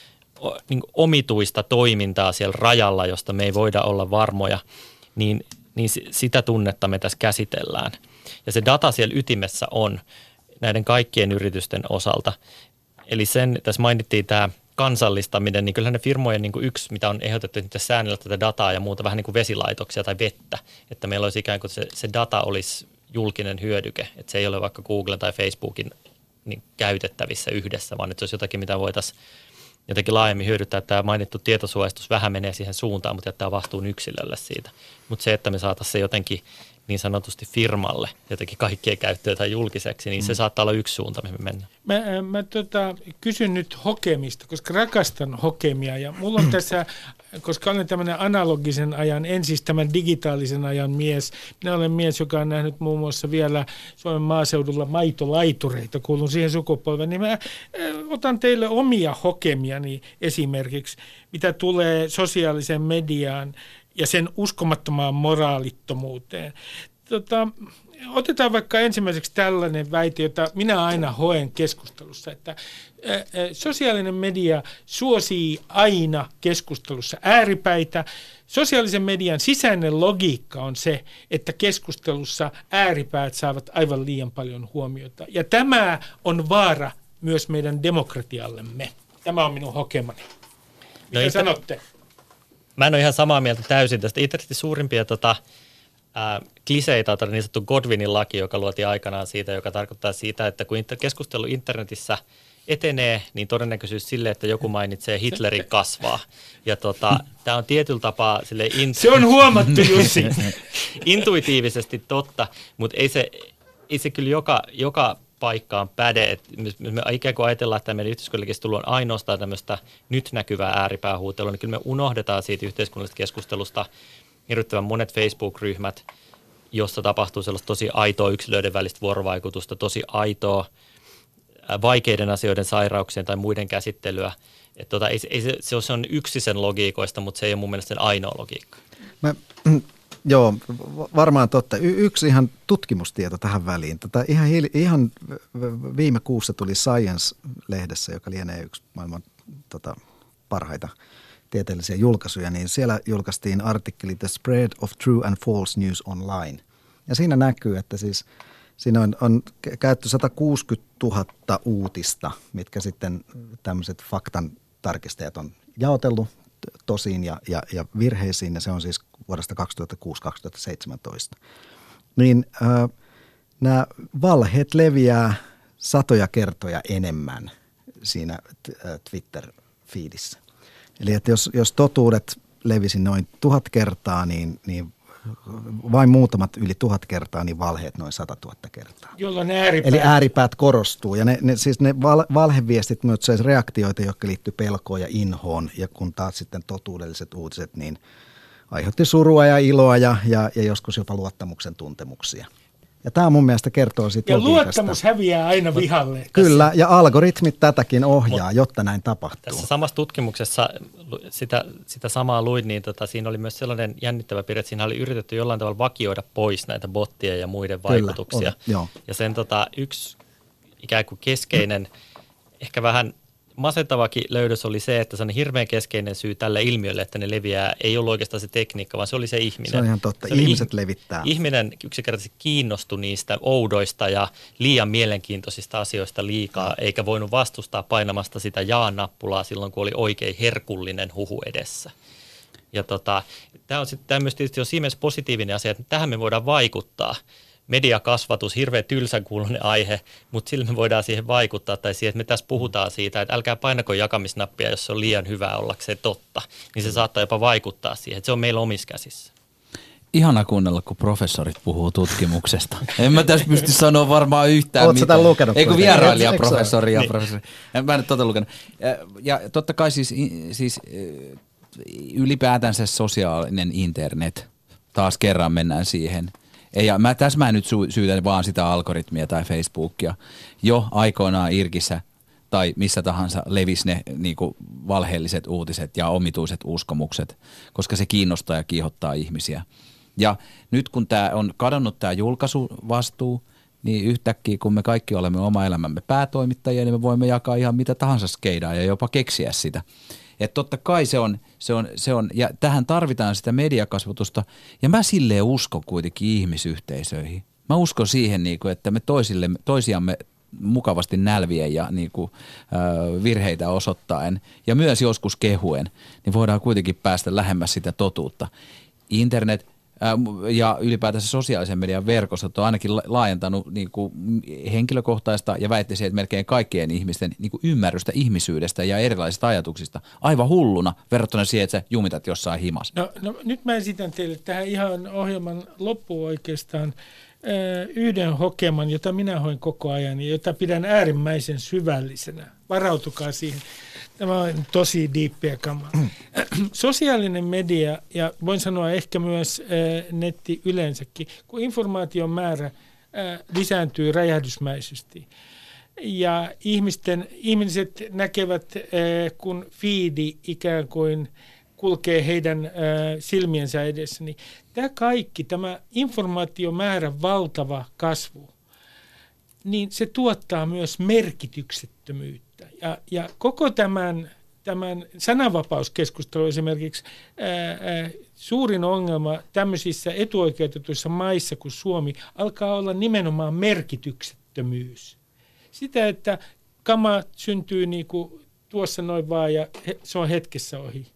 S4: niin kuin omituista toimintaa siellä rajalla, josta me ei voida olla varmoja, niin, niin sitä tunnetta me tässä käsitellään. Ja se data siellä ytimessä on näiden kaikkien yritysten osalta. Eli sen, tässä mainittiin tämä kansallistaminen, niin kyllähän ne firmojen niin kuin yksi, mitä on ehdotettu, että säännellä tätä dataa ja muuta, vähän niin kuin vesilaitoksia tai vettä, että meillä olisi ikään kuin se, se data olisi julkinen hyödyke, että se ei ole vaikka Googlen tai Facebookin niin käytettävissä yhdessä, vaan että se olisi jotakin, mitä voitaisiin jotenkin laajemmin hyödyttää. Tämä mainittu tietosuojastus vähän menee siihen suuntaan, mutta jättää vastuun yksilölle siitä. Mutta se, että me saataisiin se jotenkin niin sanotusti firmalle, jotenkin kaikkien käyttöön tai julkiseksi, niin mm. se saattaa olla yksi suunta, mihin me mennään.
S3: Mä, mä tota, kysyn nyt hokemista, koska rakastan hokemia ja mulla on tässä, koska olen tämmöinen analogisen ajan, en siis tämän digitaalisen ajan mies. Minä olen mies, joka on nähnyt muun muassa vielä Suomen maaseudulla maitolaitureita, kuulun siihen sukupolveen, niin mä äh, otan teille omia hokemiani esimerkiksi, mitä tulee sosiaaliseen mediaan ja sen uskomattomaan moraalittomuuteen. Tota, otetaan vaikka ensimmäiseksi tällainen väite, jota minä aina hoen keskustelussa, että ä, ä, sosiaalinen media suosii aina keskustelussa ääripäitä. Sosiaalisen median sisäinen logiikka on se, että keskustelussa ääripäät saavat aivan liian paljon huomiota. Ja tämä on vaara myös meidän demokratiallemme. Tämä on minun hokemani. Mitä no sanotte?
S4: Mä en ole ihan samaa mieltä täysin tästä. Internetin suurimpia tota, ää, kliseitä on niin sanottu Godwinin laki, joka luotiin aikanaan siitä, joka tarkoittaa siitä, että kun inter- keskustelu internetissä etenee, niin todennäköisyys sille, että joku mainitsee Hitlerin kasvaa. Ja tota, tämä on tietyllä tapaa sille int-
S3: Se on huomattu, Jussi.
S4: intuitiivisesti totta, mutta ei se, ei se kyllä joka, joka paikkaan päde. Et me, me ikään kuin ajatellaan, että meidän yhteiskunnallisella on ainoastaan tämmöistä nyt näkyvää ääripäähuutelua, niin kyllä me unohdetaan siitä yhteiskunnallisesta keskustelusta hirvittävän monet Facebook-ryhmät, jossa tapahtuu sellaista tosi aitoa yksilöiden välistä vuorovaikutusta, tosi aitoa vaikeiden asioiden, sairauksien tai muiden käsittelyä. Et tota, ei, ei se, se on yksi sen logiikoista, mutta se ei ole mun mielestä sen ainoa logiikka.
S5: Mä, joo, varmaan totta. Y- yksi ihan tutkimustieto tähän väliin. Tätä ihan, hiili, ihan viime kuussa tuli Science-lehdessä, joka lienee yksi maailman tota, parhaita tieteellisiä julkaisuja, niin siellä julkaistiin artikkeli The Spread of True and False News Online. Ja siinä näkyy, että siis siinä on, on käytetty sata kuusikymmentätuhatta uutista, mitkä sitten tämmöiset faktan tarkistajat on jaotellut tosiin ja, ja, ja virheisiin, ja se on siis vuodesta kaksituhattakuusi kaksituhattaseitsemäntoista. Niin äh, nämä valheet leviää satoja kertoja enemmän siinä t- äh, Twitter-fiidissä. Eli että jos, jos totuudet levisi noin tuhat kertaa, niin, niin vain muutamat yli tuhat kertaa, niin valheet noin satatuhatta kertaa.
S3: Jolloin ääripäät.
S5: Eli ääripäät korostuu. Ja ne, ne, siis ne val, valheviestit myös se reaktioita, jotka liittyy pelkoon ja inhoon, ja kun taas sitten totuudelliset uutiset, niin aiheutti surua ja iloa ja, ja, ja joskus jopa luottamuksen tuntemuksia. Ja tämä mun mielestä kertoo siitä
S3: ja
S5: logiikasta.
S3: Luottamus häviää aina vihalle.
S5: Kyllä, ja algoritmit tätäkin ohjaa, Mut jotta näin tapahtuu.
S4: Tässä samassa tutkimuksessa sitä, sitä samaa luin, niin tota, siinä oli myös sellainen jännittävä piirre, että siinä oli yritetty jollain tavalla vakioida pois näitä bottien ja muiden vaikutuksia.
S5: Kyllä, on,
S4: ja sen tota, yksi ikään kuin keskeinen, ehkä vähän masentavakin löydös oli se, että se on hirveän keskeinen syy tälle ilmiölle, että ne leviää, ei ollut oikeastaan se tekniikka, vaan se oli se ihminen.
S5: Se on ihan totta. Ihmiset ih- levittää.
S4: Ihminen yksinkertaisesti kiinnostui niistä oudoista ja liian mielenkiintoisista asioista liikaa, no. eikä voinut vastustaa painamasta sitä jaa-nappulaa silloin, kun oli oikein herkullinen huhu edessä. Ja tota, tämä on sitten tämmöistä tietysti on siinä mielessä positiivinen asia, että tähän me voidaan vaikuttaa. Mediakasvatus, hirveän tylsän kuuloinen aihe, mutta sillä me voidaan siihen vaikuttaa tai siihen, että me tässä puhutaan siitä, että älkää painako jakamisnappia, jos se on liian hyvää ollakseen totta, niin se saattaa jopa vaikuttaa siihen, että se on meillä omissa käsissä.
S6: Ihana kuunnella, kun professorit puhuu tutkimuksesta. En mä tässä pysty sanoa varmaan yhtään
S5: Oot mitään. Oletko sitä lukenut?
S6: Eikö vierailija professori ja niin. professori? En mä nyt tota lukenut. Ja, ja totta kai siis, siis ylipäätänsä sosiaalinen internet, taas kerran mennään siihen. Ja mä tässä mä nyt syytän vaan sitä algoritmia tai Facebookia. Jo aikoinaan Irkissä tai missä tahansa levisi ne niin kuin valheelliset uutiset ja omituiset uskomukset, koska se kiinnostaa ja kiihottaa ihmisiä. Ja nyt kun tämä on kadonnut tämä julkaisuvastuu, niin yhtäkkiä kun me kaikki olemme oma elämämme päätoimittajia, niin me voimme jakaa ihan mitä tahansa skeidaa ja jopa keksiä sitä. Että totta kai se on, se on, se on, ja tähän tarvitaan sitä mediakasvatusta, ja mä silleen uskon kuitenkin ihmisyhteisöihin. Mä uskon siihen, niin kuin, että me toisille, toisiamme mukavasti nälvien ja niin kuin, äh, virheitä osoittaen ja myös joskus kehuen, niin voidaan kuitenkin päästä lähemmäs sitä totuutta. Internet äh, ja ylipäätänsä sosiaalisen median verkostot on ainakin laajentanut niin kuin henkilökohtaista ja väittäisin, että melkein kaikkien ihmisten niin kuin ymmärrystä ihmisyydestä ja erilaisista ajatuksista aivan hulluna verrattuna siihen, että sä jumitat jossain himas.
S3: No, no nyt mä esitän teille tähän ihan ohjelman loppuun oikeastaan yhden hokeman, jota minä hoin koko ajan ja jota pidän äärimmäisen syvällisenä. Varautukaa siihen. Tämä on tosi diippiä kamaa. Sosiaalinen media ja voin sanoa ehkä myös netti yleensäkin, kun informaation määrä lisääntyy räjähdysmäisesti ja ihmisten, ihmiset näkevät, kun feedi ikään kuin kulkee heidän äh, silmiensä edessä, niin tämä kaikki, tämä informaatiomäärän valtava kasvu, niin se tuottaa myös merkityksettömyyttä. Ja, ja koko tämän, tämän sananvapauskeskustelun esimerkiksi ää, suurin ongelma tämmöisissä etuoikeutetuissa maissa kuin Suomi alkaa olla nimenomaan merkityksettömyys. Sitä, että kama syntyy niin kuin tuossa noin vaan ja he, se on hetkessä ohi.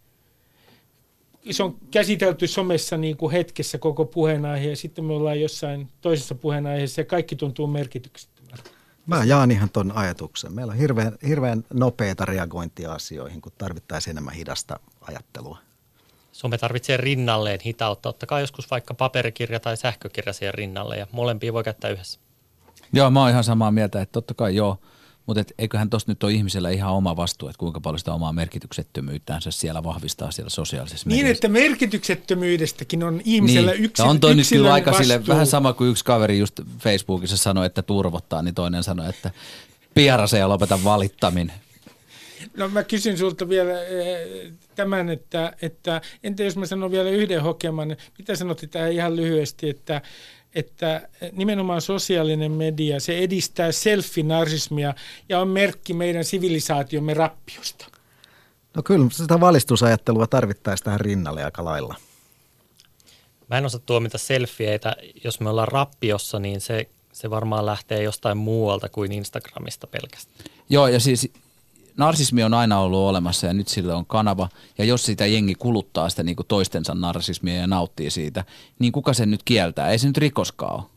S3: Se on käsitelty somessa niin kuin hetkessä koko puheenaihe ja sitten me ollaan jossain toisessa puheenaiheessa ja kaikki tuntuu merkityksettömältä.
S5: Mä jaan ihan ton ajatuksen. Meillä on hirveän, hirveän nopeata reagointia asioihin, kun tarvittaisiin enemmän hidasta ajattelua.
S4: Some tarvitsee rinnalleen hitautta. Ottakaa joskus vaikka paperikirja tai sähkökirja siihen rinnalle ja molempia voi käyttää yhdessä. Joo,
S6: mä oon ihan samaa mieltä, että totta kai joo. Mutta eiköhän tuossa nyt ole ihmisellä ihan oma vastuu, että kuinka paljon sitä omaa merkityksettömyyttäänsä siellä vahvistaa siellä sosiaalisessa mediassa.
S3: Niin, että merkityksettömyydestäkin on ihmisellä
S6: niin.
S3: yksin,
S6: on toi nyt kyllä
S3: aika
S6: sille, vähän sama kuin yksi kaveri just Facebookissa sanoi, että turvottaa, niin toinen sanoi, että pierase ja lopeta valittaminen.
S3: No mä kysyn sulta vielä tämän, että, että entä jos mä sanon vielä yhden hokeman, mitä sanotte tähän ihan lyhyesti, että että nimenomaan sosiaalinen media, se edistää selfie-narsismia ja on merkki meidän sivilisaatiomme rappiosta.
S5: No kyllä, sitä valistusajattelua tarvittaisiin tähän rinnalle aika lailla.
S4: Mä en osaa tuomita selfieitä. Jos me ollaan rappiossa, niin se, se varmaan lähtee jostain muualta kuin Instagramista pelkästään.
S6: Joo, ja siis narsismi on aina ollut olemassa ja nyt sillä on kanava. Ja jos sitä jengi kuluttaa sitä niin kuin toistensa narsismia ja nauttii siitä, niin kuka sen nyt kieltää? Ei se nyt rikoskaan ole.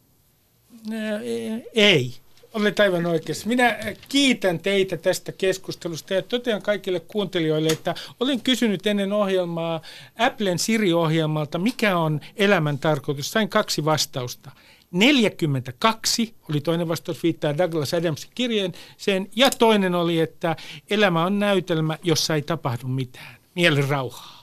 S3: Ei. Olet aivan oikeassa. Minä kiitän teitä tästä keskustelusta ja totean kaikille kuuntelijoille, että olen kysynyt ennen ohjelmaa Applen Siri-ohjelmalta, mikä on elämän tarkoitus. Sain kaksi vastausta. neljäkymmentäkaksi oli toinen vastaus, viittaa Douglas Adamsin kirjeeseen, ja toinen oli, että elämä on näytelmä, jossa ei tapahdu mitään. Mielen rauhaa.